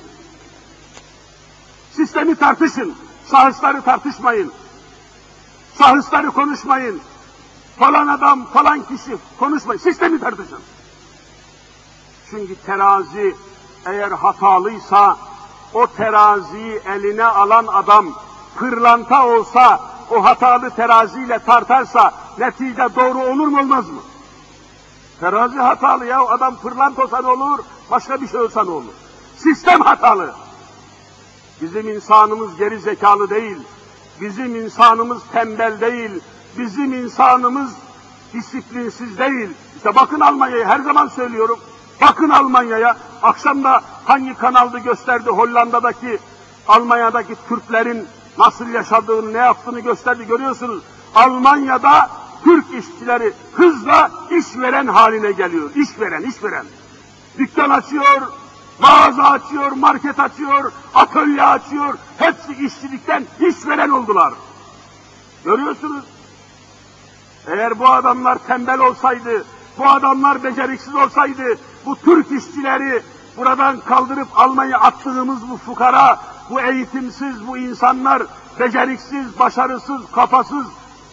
Sistemi tartışın, şahısları tartışmayın, şahısları konuşmayın. Falan adam, falan kişi konuşmayın, sistemi tartışın. Çünkü terazi eğer hatalıysa, o teraziyi eline alan adam pırlanta olsa, o hatalı teraziyle tartarsa netice doğru olur mu olmaz mı? Terazi hatalı ya, adam pırlanta olsa ne olur, başka bir şey olsa ne olur? Sistem hatalı. Bizim insanımız geri zekalı değil, bizim insanımız tembel değil, bizim insanımız disiplinsiz değil. İşte bakın Almanya'ya, her zaman söylüyorum. Bakın Almanya'ya, akşam da hangi kanalda gösterdi Hollanda'daki, Almanya'daki Türklerin nasıl yaşadığını, ne yaptığını gösterdi, görüyorsunuz. Almanya'da Türk işçileri hızla işveren haline geliyor. İşveren, işveren. Dükkan açıyor, mağaza açıyor, market açıyor, atölye açıyor. Hepsi işçilikten işveren oldular. Görüyorsunuz. Eğer bu adamlar tembel olsaydı, bu adamlar beceriksiz olsaydı, bu Türk işçileri buradan kaldırıp Almanya attığımız bu fukara, bu eğitimsiz, bu insanlar beceriksiz, başarısız, kafasız,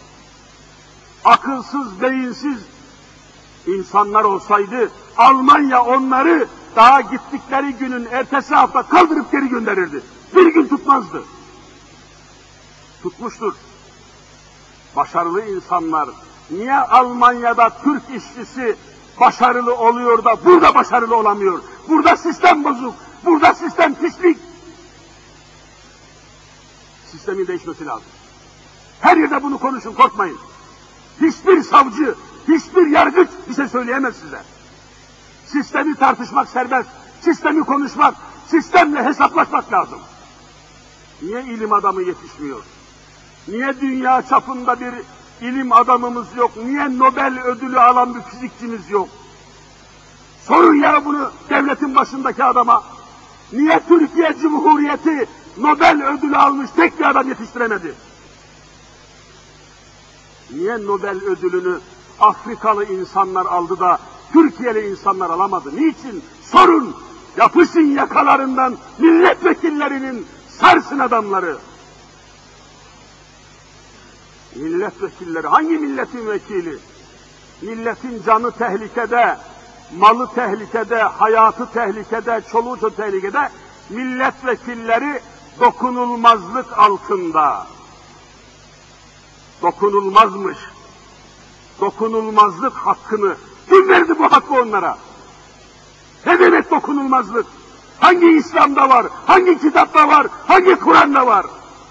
akılsız, beyinsiz insanlar olsaydı, Almanya onları daha gittikleri günün ertesi hafta kaldırıp geri gönderirdi. Bir gün tutmazdı. Tutmuştur. Başarılı insanlar, niye Almanya'da Türk işçisi başarılı oluyor da burada başarılı olamıyor? Burada sistem bozuk, burada sistem pislik. Sistemin değişmesi lazım. Her yerde bunu konuşun, korkmayın. Hiçbir savcı, hiçbir yargıç bir şey söyleyemez size. Sistemi tartışmak serbest, sistemi konuşmak, sistemle hesaplaşmak lazım. Niye ilim adamı yetişmiyor? Niye dünya çapında bir ilim adamımız yok? Niye Nobel ödülü alan bir fizikçimiz yok? Sorun ya bunu devletin başındaki adama. Niye Türkiye Cumhuriyeti Nobel ödülü almış tek bir adam yetiştiremedi? Niye Nobel ödülünü Afrikalı insanlar aldı da Türkiye'li insanlar alamadı? Niçin? Sorun! Yapışın yakalarından milletvekillerinin, sarsın adamları. Milletvekilleri, hangi milletin vekili? Milletin canı tehlikede, malı tehlikede, hayatı tehlikede, çoluğu çocuğu tehlikede. Milletvekilleri dokunulmazlık altında. Dokunulmazmış. Dokunulmazlık hakkını. Kim verdi bu hakkı onlara? Ne demek dokunulmazlık? Hangi İslam'da var? Hangi kitapta var? Hangi Kur'an'da var?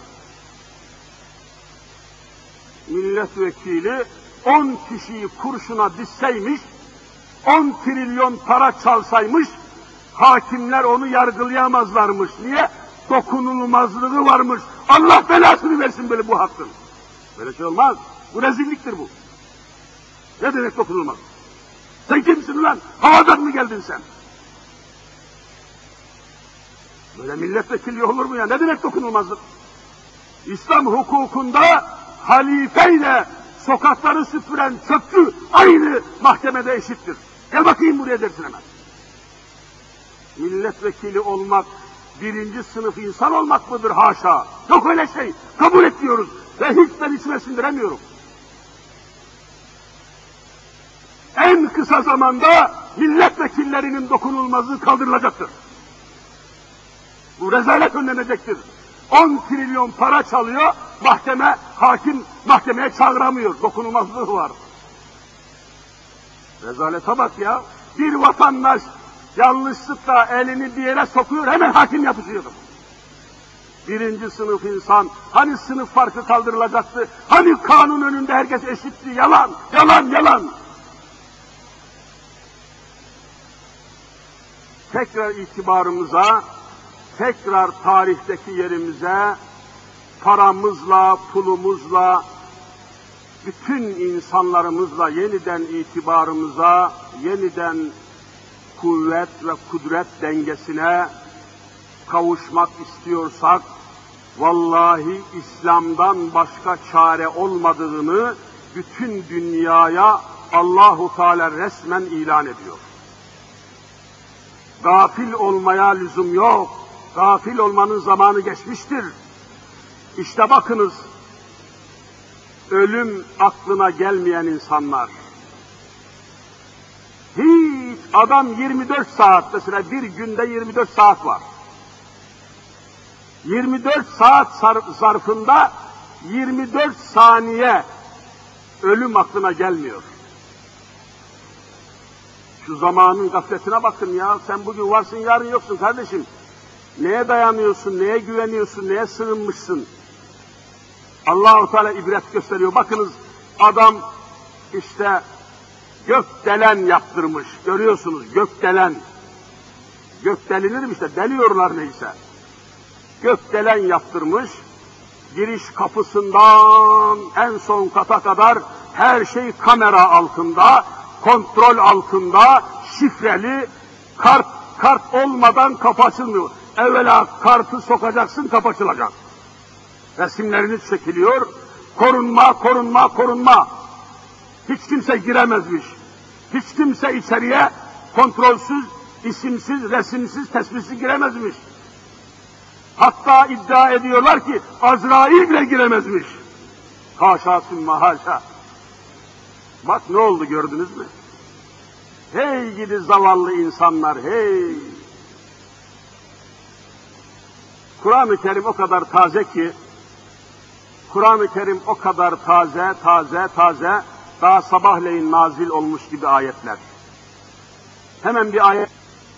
Milletvekili on kişiyi kurşuna dizseymiş, on trilyon para çalsaymış, hakimler onu yargılayamazlarmış. Niye? Dokunulmazlığı varmış. Allah belasını versin böyle bu hakkın. Böyle şey olmaz. Bu rezilliktir bu. Ne demek dokunulmaz? Sen kimsin ulan? Havadan mı geldin sen? Böyle milletvekili olur mu ya? Ne demek dokunulmazlık? İslam hukukunda halifeyle sokakları süpüren çöpçü aynı mahkemede eşittir. Gel bakayım buraya dersin hemen. Milletvekili olmak, birinci sınıf insan olmak mıdır? Haşa! Yok öyle şey. Kabul etmiyoruz. Ve hiç ben içime sindiremiyorum. En kısa zamanda milletvekillerinin dokunulmazlığı kaldırılacaktır. Bu rezalet önlenecektir. on trilyon para çalıyor, mahkeme, hakim mahkemeye çağıramıyor. Dokunulmazlığı var. Rezalete bak ya. Bir vatandaş yanlışlıkla elini bir yere sokuyor, hemen hakim yapışıyor. Birinci sınıf insan, hani sınıf farkı kaldırılacaktı, hani kanun önünde herkes eşitti, yalan, yalan, yalan. Tekrar itibarımıza, tekrar tarihteki yerimize, paramızla, pulumuzla, bütün insanlarımızla yeniden itibarımıza, yeniden kuvvet ve kudret dengesine kavuşmak istiyorsak, vallahi İslam'dan başka çare olmadığını bütün dünyaya Allahu Teala resmen ilan ediyor. Gafil olmaya lüzum yok. Gafil olmanın zamanı geçmiştir. İşte bakınız, ölüm aklına gelmeyen insanlar. Hiç adam yirmi dört saat, mesela bir günde yirmi dört saat var. yirmi dört saat zarfında yirmi dört saniye ölüm aklına gelmiyor. Şu zamanın gafletine bakın ya, sen bugün varsın yarın yoksun kardeşim. Neye dayanıyorsun, neye güveniyorsun, neye sığınmışsın? Allah-u Teala ibret gösteriyor. Bakınız adam işte gökdelen yaptırmış. Görüyorsunuz gökdelen. Gök delinir mi işte, deliyorlar neyse. Gökdelen yaptırmış. giriş kapısından en son kata kadar her şey kamera altında, kontrol altında, şifreli, kart, kart olmadan kapı açılmıyor. Evvela kartı sokacaksın, kapı açılacak. Resimleriniz çekiliyor, korunma, korunma, korunma. Hiç kimse giremezmiş. Hiç kimse içeriye kontrolsüz, isimsiz, resimsiz, tesbihsiz giremezmiş. Hatta iddia ediyorlar ki Azrail bile giremezmiş. Haşa sümme haşa. Bak ne oldu gördünüz mü? Hey gidi zavallı insanlar hey! Kur'an-ı Kerim o kadar taze ki, Kur'an-ı Kerim o kadar taze, taze, taze, daha sabahleyin nazil olmuş gibi ayetler. Hemen bir ayet,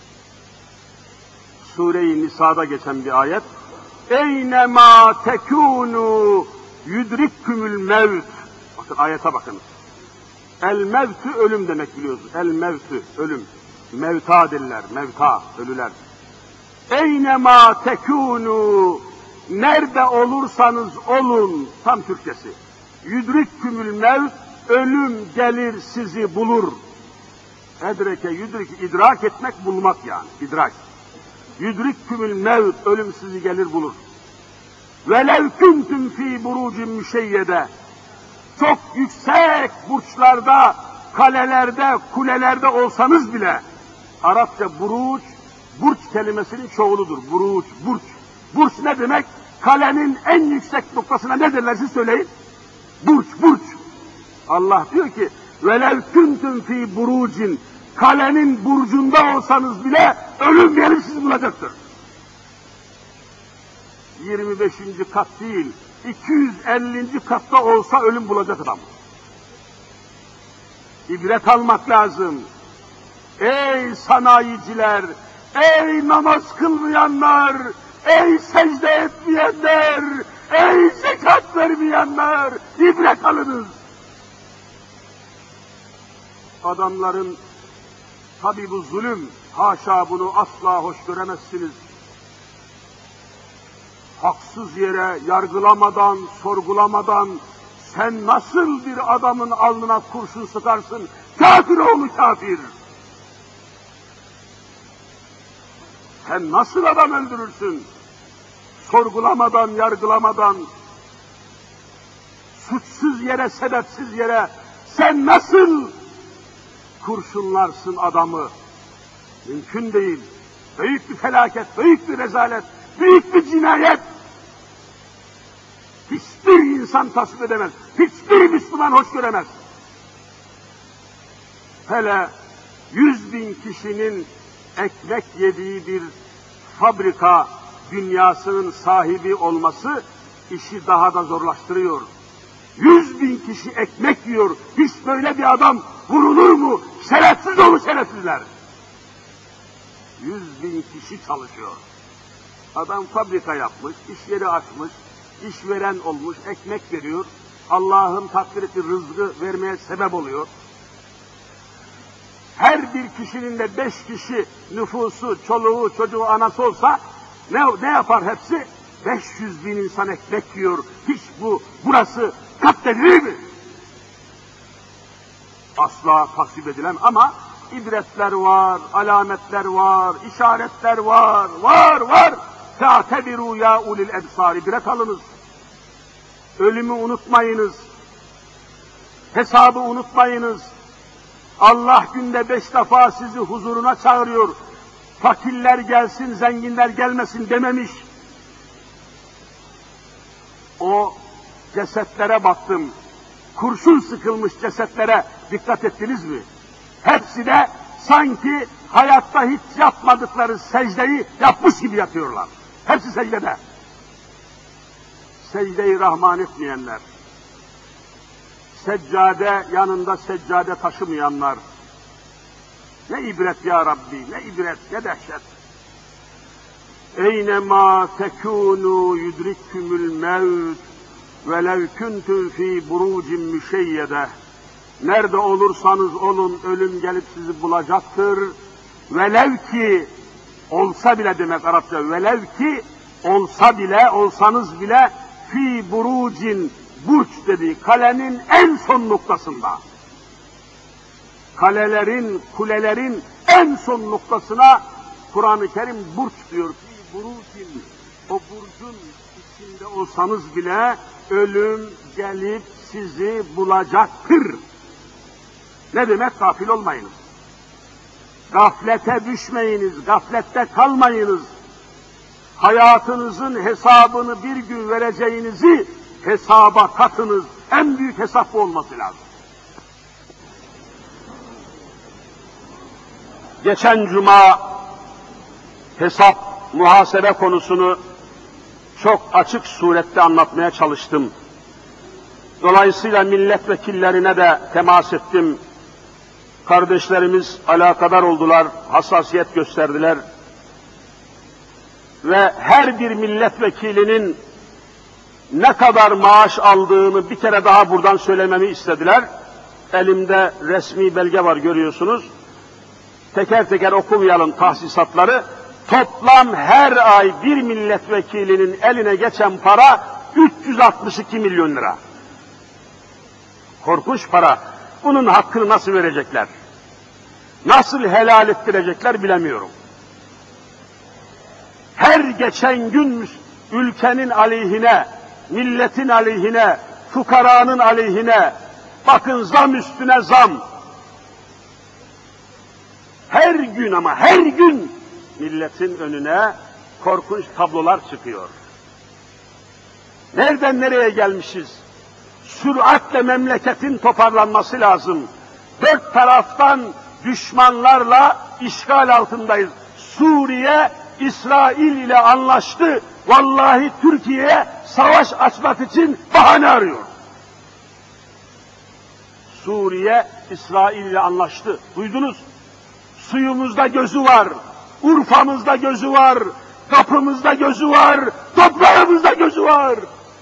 Sure-i Nisa'da geçen bir ayet. Eynemâ tekûnû yudrikkümül mevt. Bakın ayete bakın. El mevtü ölüm demek biliyorsunuz. El mevtü ölüm. Mevta derler. Mevta ölüler. Eynemâ tekûnû nerede olursanız olun. Tam Türkçesi. Yudrikkümül mevt ölüm gelir sizi bulur. Edreke yudrik idrak etmek bulmak yani. İdrak. Yudrikkümül mevt ölüm sizi gelir bulur. Velev kuntum fî burucin müşeyyede. Çok yüksek burçlarda, kalelerde, kulelerde olsanız bile, Arapça buruç, burç kelimesinin çoğuludur. Buruç, burç. Burç ne demek? Kalenin en yüksek noktasına ne derler siz söyleyin? Burç, burç. Allah diyor ki, velev kuntum fî burucin, kalenin burcunda olsanız bile ölüm gelip sizi bulacaktır. yirmi beşinci kat değil, iki yüz ellinci katta olsa ölüm bulacak adam. İbret almak lazım. Ey sanayiciler, ey namaz kılmayanlar, ey secde etmeyenler, ey zekat vermeyenler, ibret alınız. Adamların, tabi bu zulüm, haşa bunu asla hoş göremezsiniz. Haksız yere, yargılamadan, sorgulamadan, sen nasıl bir adamın alnına kurşun sıkarsın? Kafir oğlu kafir! Sen nasıl adam öldürürsün? Sorgulamadan, yargılamadan, suçsuz yere, sebepsiz yere, sen nasıl kurşunlarsın adamı? Mümkün değil. Büyük bir felaket, büyük bir rezalet, büyük bir cinayet. Hiçbir insan tasvip edemez. Hiçbir Müslüman hoş göremez. Hele yüz bin kişinin ekmek yediği bir fabrika dünyasının sahibi olması işi daha da zorlaştırıyor. Yüz bin kişi ekmek yiyor. Hiç böyle bir adam vurulur mu? Şerefsiz olur şerefsizler. Yüz bin kişi çalışıyor. Adam fabrika yapmış, iş yeri açmış, işveren olmuş, ekmek veriyor. Allah'ın takdir ettiği rızkı vermeye sebep oluyor. Her bir kişinin de beş kişi nüfusu, çoluğu, çocuğu, anası olsa ne, ne yapar hepsi? beş yüz bin insan ekmek yiyor. Hiç bu, burası katledilir mi? Asla tasvip edilemez ama ibretler var, alametler var, işaretler var, var, var. فَاَعْتَبِرُوا يَا اُلِي الْاَبْصَارِ ibret alınız. Ölümü unutmayınız. Hesabı unutmayınız. Allah günde beş defa sizi huzuruna çağırıyor. Fakirler gelsin, zenginler gelmesin dememiş. O cesetlere baktım. Kurşun sıkılmış cesetlere dikkat ettiniz mi? Hepsi de sanki hayatta hiç yapmadıkları secdeyi yapmış gibi yatıyorlar. Hepsi secdede. Secde-i Rahman etmeyenler. Seccade, yanında seccade taşımayanlar. Ne ibret ya Rabbi, ne ibret, ne dehşet. Eynemâ tekûnû yudrikkümül mevt velev kuntum fî burucin müşeyyede. Nerede olursanız olun ölüm gelip sizi bulacaktır. Velev ki, olsa bile demek Arapça, velev ki olsa bile, olsanız bile fi burucin, burç dedi, kalenin en son noktasında. Kalelerin, kulelerin en son noktasına Kur'an-ı Kerim burç diyor. Fi burucin, o burcun içinde olsanız bile ölüm gelip sizi bulacaktır. Ne demek? Gafil olmayınız. Gaflete düşmeyiniz, gaflette kalmayınız. Hayatınızın hesabını bir gün vereceğinizi hesaba katınız. En büyük hesap bu olması lazım. Geçen cuma hesap, muhasebe konusunu çok açık surette anlatmaya çalıştım. Dolayısıyla milletvekillerine de temas ettim. Kardeşlerimiz alakadar oldular, hassasiyet gösterdiler. Ve her bir milletvekilinin ne kadar maaş aldığını bir kere daha buradan söylememi istediler. Elimde resmi belge var, görüyorsunuz. Teker teker okumayalım tahsisatları. Toplam her ay bir milletvekilinin eline geçen para üç yüz altmış iki milyon lira. Korkunç para. Bunun hakkını nasıl verecekler? Nasıl helal ettirecekler bilemiyorum. Her geçen gün ülkenin aleyhine, milletin aleyhine, fukaranın aleyhine, bakın zam üstüne zam. Her gün ama her gün milletin önüne korkunç tablolar çıkıyor. Nereden nereye gelmişiz? Süratle memleketin toparlanması lazım. Dört taraftan düşmanlarla işgal altındayız. Suriye, İsrail ile anlaştı. Vallahi Türkiye'ye savaş açmak için bahane arıyor. Suriye, İsrail ile anlaştı. Duydunuz? Suyumuzda gözü var, Urfa'mızda gözü var, kapımızda gözü var, toprağımızda gözü var.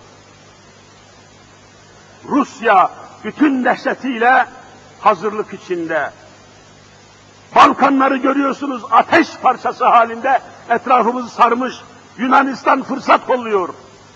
Rusya bütün dehşetiyle hazırlık içinde. Balkanları görüyorsunuz, ateş parçası halinde etrafımızı sarmış. Yunanistan fırsat kolluyor.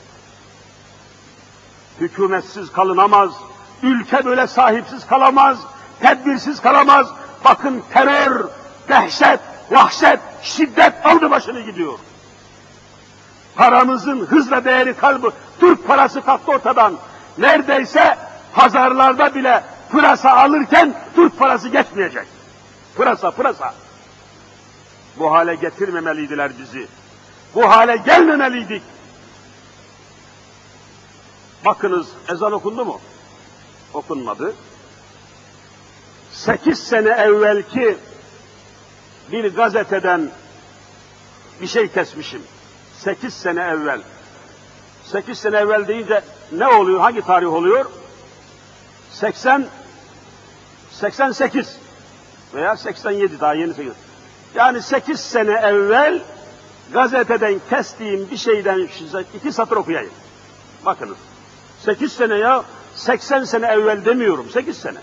Hükümetsiz kalınamaz, ülke böyle sahipsiz kalamaz, tedbirsiz kalamaz. Bakın terör, dehşet, vahşet, şiddet aldı başını gidiyor. Paramızın hızla değeri kalbı, Türk parası kalktı ortadan. Neredeyse pazarlarda bile pırasa alırken Türk parası geçmeyecek. Pırasa, pırasa. Bu hale getirmemeliydiler bizi. Bu hale gelmemeliydik. Bakınız, ezan okundu mu? Okunmadı. Sekiz sene evvelki bir gazeteden bir şey kesmişim. Sekiz sene evvel. Sekiz sene evvel deyince ne oluyor? Hangi tarih oluyor? Seksen, seksen sekiz veya seksen yedi, daha yeni sekiz. Yani sekiz sene evvel gazeteden kestiğim bir şeyden size iki satır okuyayım. Bakınız. Sekiz sene ya, seksen sene evvel demiyorum, sekiz sene.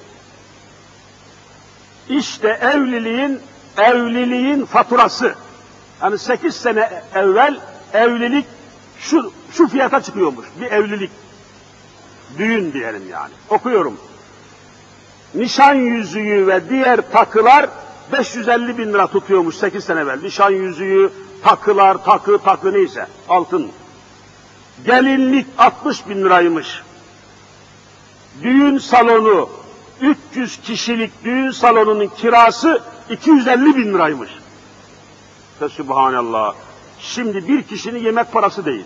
İşte evliliğin, evliliğin faturası. Yani sekiz sene evvel evlilik şu, şu fiyata çıkıyormuş. Bir evlilik. Düğün diyelim yani. Okuyorum. Nişan yüzüğü ve diğer takılar beş yüz elli bin lira tutuyormuş sekiz sene evvel. Nişan yüzüğü, takılar, takı, takı neyse, altın. Gelinlik altmış bin liraymış. Düğün salonu, üç yüz kişilik düğün salonunun kirası iki yüz elli bin liraymış. Fesubhanallah. Şimdi bir kişinin yemek parası değil.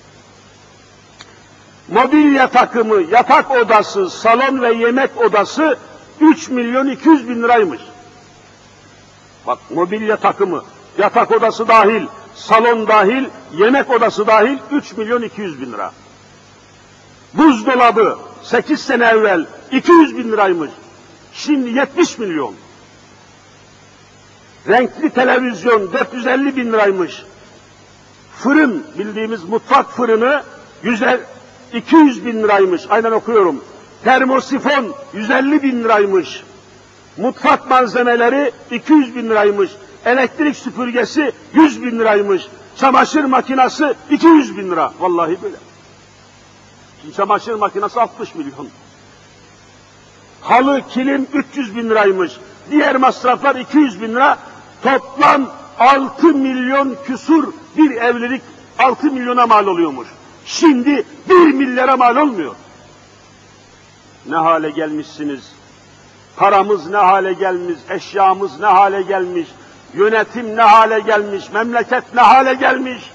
Mobilya takımı, yatak odası, salon ve yemek odası üç milyon iki yüz bin liraymış. Bak, mobilya takımı, yatak odası dahil, salon dahil, yemek odası dahil üç milyon iki yüz bin lira. Buzdolabı sekiz sene evvel iki yüz bin liraymış. Şimdi yetmiş milyon. Renkli televizyon dört yüz elli bin liraymış. Fırın, bildiğimiz mutfak fırını iki yüz bin liraymış. Aynen okuyorum. Termosifon yüz elli bin liraymış. Mutfak malzemeleri iki yüz bin liraymış. Elektrik süpürgesi yüz bin liraymış. Çamaşır makinesi iki yüz bin lira. Vallahi böyle. Çamaşır makinesi altmış milyon. Halı, kilim üç yüz bin liraymış. Diğer masraflar iki yüz bin lira. Toplam altı milyon küsur bir evlilik altı milyona mal oluyormuş. Şimdi bir milyara mal olmuyor. Ne hale gelmişsiniz? Paramız ne hale gelmiş, eşyamız ne hale gelmiş, yönetim ne hale gelmiş, memleket ne hale gelmiş.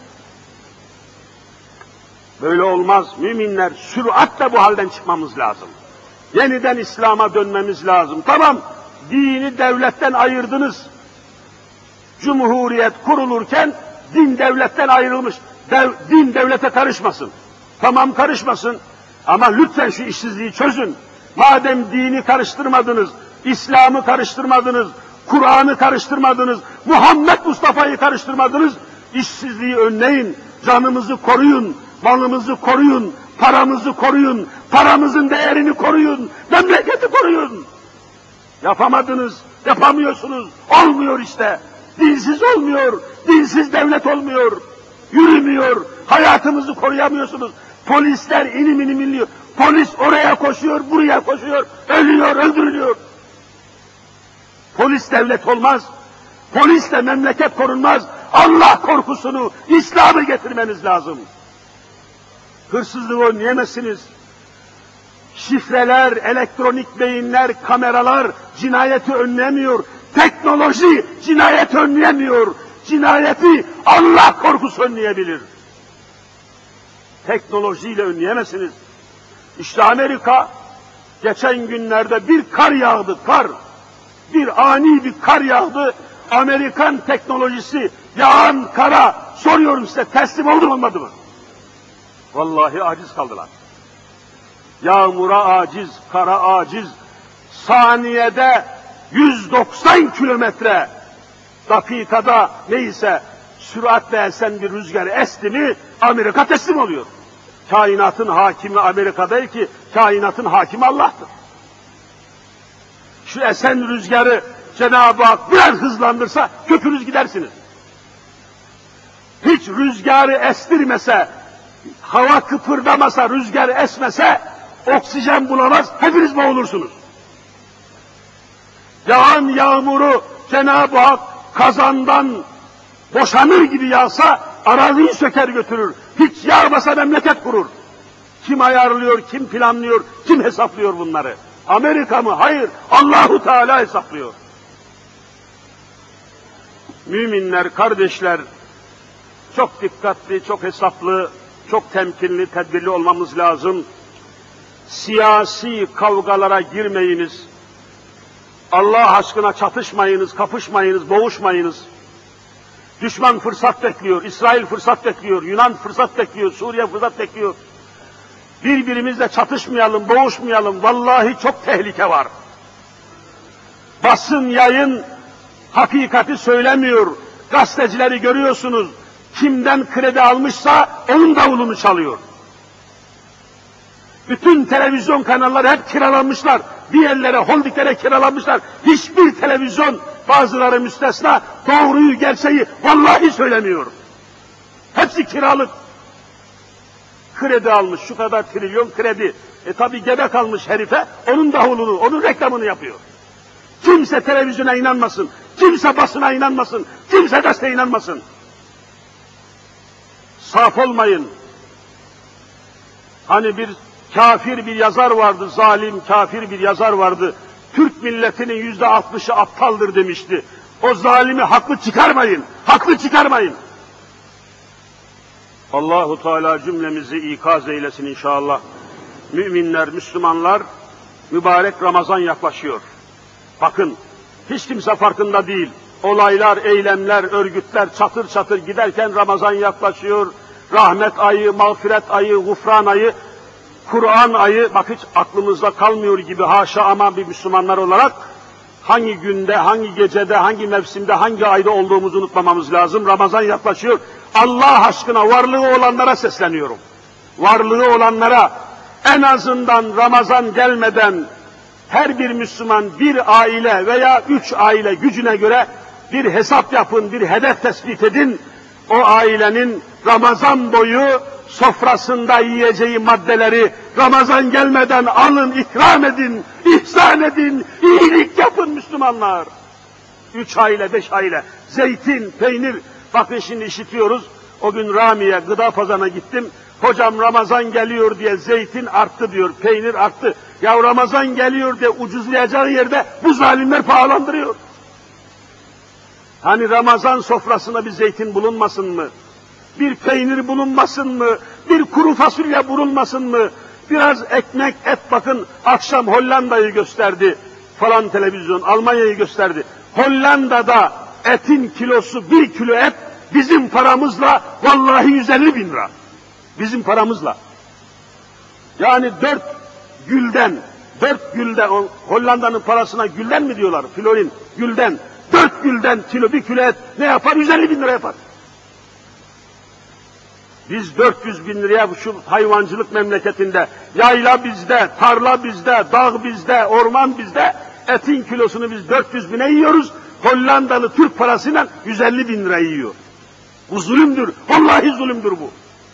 Böyle olmaz müminler, süratle bu halden çıkmamız lazım. Yeniden İslam'a dönmemiz lazım. Tamam, dini devletten ayırdınız. Cumhuriyet kurulurken din devletten ayrılmış. Dev, din devlete karışmasın. Tamam karışmasın ama lütfen şu işsizliği çözün. Madem dini karıştırmadınız, İslam'ı karıştırmadınız, Kur'an'ı karıştırmadınız, Muhammed Mustafa'yı karıştırmadınız, işsizliği önleyin, canımızı koruyun, malımızı koruyun, paramızı koruyun, paramızın değerini koruyun, memleketi koruyun. Yapamadınız, yapamıyorsunuz, olmuyor işte. Dinsiz olmuyor, dinsiz devlet olmuyor, yürümüyor, hayatımızı koruyamıyorsunuz. Polisler inim inim inliyor. Polis oraya koşuyor, buraya koşuyor, ölüyor, öldürülüyor. Polis devlet olmaz, polisle memleket korunmaz. Allah korkusunu, İslam'ı getirmeniz lazım. Hırsızlığı önleyemezsiniz. Şifreler, elektronik beyinler, kameralar cinayeti önlemiyor. Teknoloji cinayeti önleyemiyor. Cinayeti Allah korkusu önleyebilir. Teknolojiyle önleyemezsiniz. İşte Amerika geçen günlerde bir kar yağdı, kar. Bir ani bir kar yağdı. Amerikan teknolojisi yağan kara soruyorum size teslim oldu mu olmadı mı? Vallahi aciz kaldılar. Yağmura aciz, kara aciz. Saniyede yüz doksan kilometre, dakikada neyse süratle esen bir rüzgar esti mi Amerika teslim oluyor. Kainatın hakimi Amerika değil ki, kainatın hakimi Allah'tır. Şu esen rüzgarı Cenab-ı Hak biraz hızlandırsa köpünüz gidersiniz. Hiç rüzgarı estirmese, hava kıpırdamasa, rüzgar esmese, oksijen bulamaz, hepiniz boğulursunuz. Yağan yağmuru Cenab-ı Hak kazandan boşanır gibi yağsa, araziyi söker götürür. Hiç yağmasa memleket kurur. Kim ayarlıyor, kim planlıyor, kim hesaplıyor bunları? Amerika mı? Hayır, Allahu Teala hesaplıyor. Müminler, kardeşler, çok dikkatli, çok hesaplı, çok temkinli, tedbirli olmamız lazım. Siyasi kavgalara girmeyiniz. Allah aşkına çatışmayınız, kapışmayınız, boğuşmayınız. Düşman fırsat bekliyor, İsrail fırsat bekliyor, Yunan fırsat bekliyor, Suriye fırsat bekliyor. Birbirimizle çatışmayalım, boğuşmayalım. Vallahi çok tehlike var. Basın, yayın hakikati söylemiyor. Gazetecileri görüyorsunuz. Kimden kredi almışsa onun davulunu çalıyor. Bütün televizyon kanalları hep kiralanmışlar. Bir yerlere, holdinglere kiralanmışlar. Hiçbir televizyon, bazıları müstesna, doğruyu, gerçeği vallahi söylemiyor. Hepsi kiralık. Kredi almış, şu kadar trilyon kredi. E tabi gebe kalmış herife, onun davulunu, onun reklamını yapıyor. Kimse televizyona inanmasın, kimse basına inanmasın, kimse gazeteye inanmasın. Saf olmayın. Hani bir kafir bir yazar vardı, zalim kafir bir yazar vardı. Türk milletinin yüzde altmışı aptaldır demişti. O zalimi haklı çıkarmayın, haklı çıkarmayın. Allahu Teala cümlemizi ikaz eylesin inşallah. Müminler, Müslümanlar, mübarek Ramazan yaklaşıyor. Bakın, hiç kimse farkında değil. Olaylar, eylemler, örgütler çatır çatır giderken Ramazan yaklaşıyor. Rahmet ayı, mağfiret ayı, gufran ayı, Kur'an ayı, bak hiç aklımızda kalmıyor gibi haşa ama bir Müslümanlar olarak hangi günde, hangi gecede, hangi mevsimde, hangi ayda olduğumuzu unutmamamız lazım. Ramazan yaklaşıyor. Allah aşkına varlığı olanlara sesleniyorum. Varlığı olanlara en azından Ramazan gelmeden her bir Müslüman bir aile veya üç aile gücüne göre bir hesap yapın, bir hedef tespit edin. O ailenin Ramazan boyu sofrasında yiyeceği maddeleri Ramazan gelmeden alın, ikram edin, ihsan edin, iyilik yapın Müslümanlar. Üç aile, beş aile, zeytin, peynir, bakın şimdi işitiyoruz, o gün Ramiye gıda pazarına gittim, hocam Ramazan geliyor diye zeytin arttı diyor, peynir arttı. Ya Ramazan geliyor diye ucuzlayacağı yerde bu zalimler pahalandırıyor. Hani Ramazan sofrasına bir zeytin bulunmasın mı? Bir peynir bulunmasın mı? Bir kuru fasulye bulunmasın mı? Biraz ekmek, et, bakın akşam Hollanda'yı gösterdi falan televizyon, Almanya'yı gösterdi. Hollanda'da etin kilosu, bir kilo et bizim paramızla vallahi yüz elli bin lira. Bizim paramızla. Yani dört gülden, dört gülden, Hollanda'nın parasına gülden mi diyorlar? Florin, gülden. Dört gülden kilo, bir kilo et ne yapar? yüz elli bin lira yapar. Biz dört yüz bin liraya şu hayvancılık memleketinde, yayla bizde, tarla bizde, dağ bizde, orman bizde, etin kilosunu biz dört yüz bine yiyoruz, Hollandalı Türk parasıyla yüz elli bin lira yiyor. Bu zulümdür, vallahi zulümdür bu.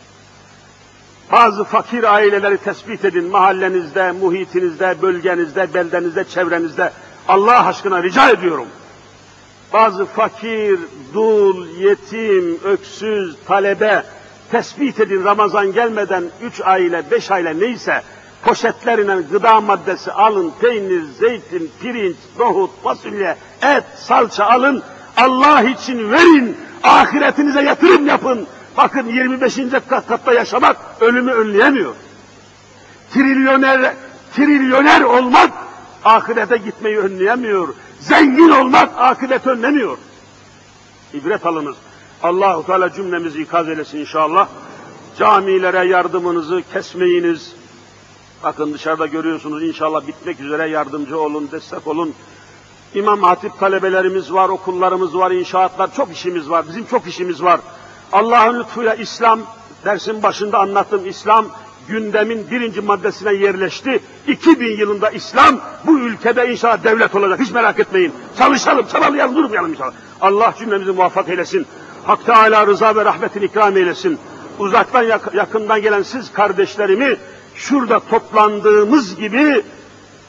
Bazı fakir aileleri tespit edin, mahallenizde, muhitinizde, bölgenizde, beldenizde, çevrenizde. Allah aşkına rica ediyorum. Bazı fakir, dul, yetim, öksüz, talebe tespit edin, Ramazan gelmeden üç aile, beş aile neyse poşetlerine gıda maddesi alın, peynir, zeytin, pirinç, nohut, fasulye, et, salça alın, Allah için verin, ahiretinize yatırım yapın. Bakın yirmi beşinci katta yaşamak ölümü önleyemiyor. Trilyoner, trilyoner olmak ahirete gitmeyi önleyemiyor. Zengin olmak ahiret önlemiyor. İbret alınız. Allah-u Teala cümlemizi ikaz eylesin inşallah. Camilere yardımınızı kesmeyiniz. Bakın dışarıda görüyorsunuz, inşallah bitmek üzere, yardımcı olun, destek olun. İmam Hatip talebelerimiz var, okullarımız var, inşaatlar, çok işimiz var, bizim çok işimiz var. Allah'ın lütfuyla İslam, dersin başında anlattım, İslam gündemin birinci maddesine yerleşti. iki bin yılında İslam bu ülkede inşallah devlet olacak, hiç merak etmeyin. Çalışalım, çabalayalım, durmayalım inşallah. Allah cümlemizi muvaffak eylesin. Hak Teâlâ rıza ve rahmetini ikram eylesin. Uzaktan yak yakından gelen siz kardeşlerimi şurada toplandığımız gibi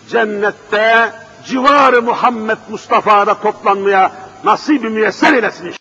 cennette civar-ı Muhammed Mustafa'da toplanmaya nasip-i müyesser eylesin inşallah.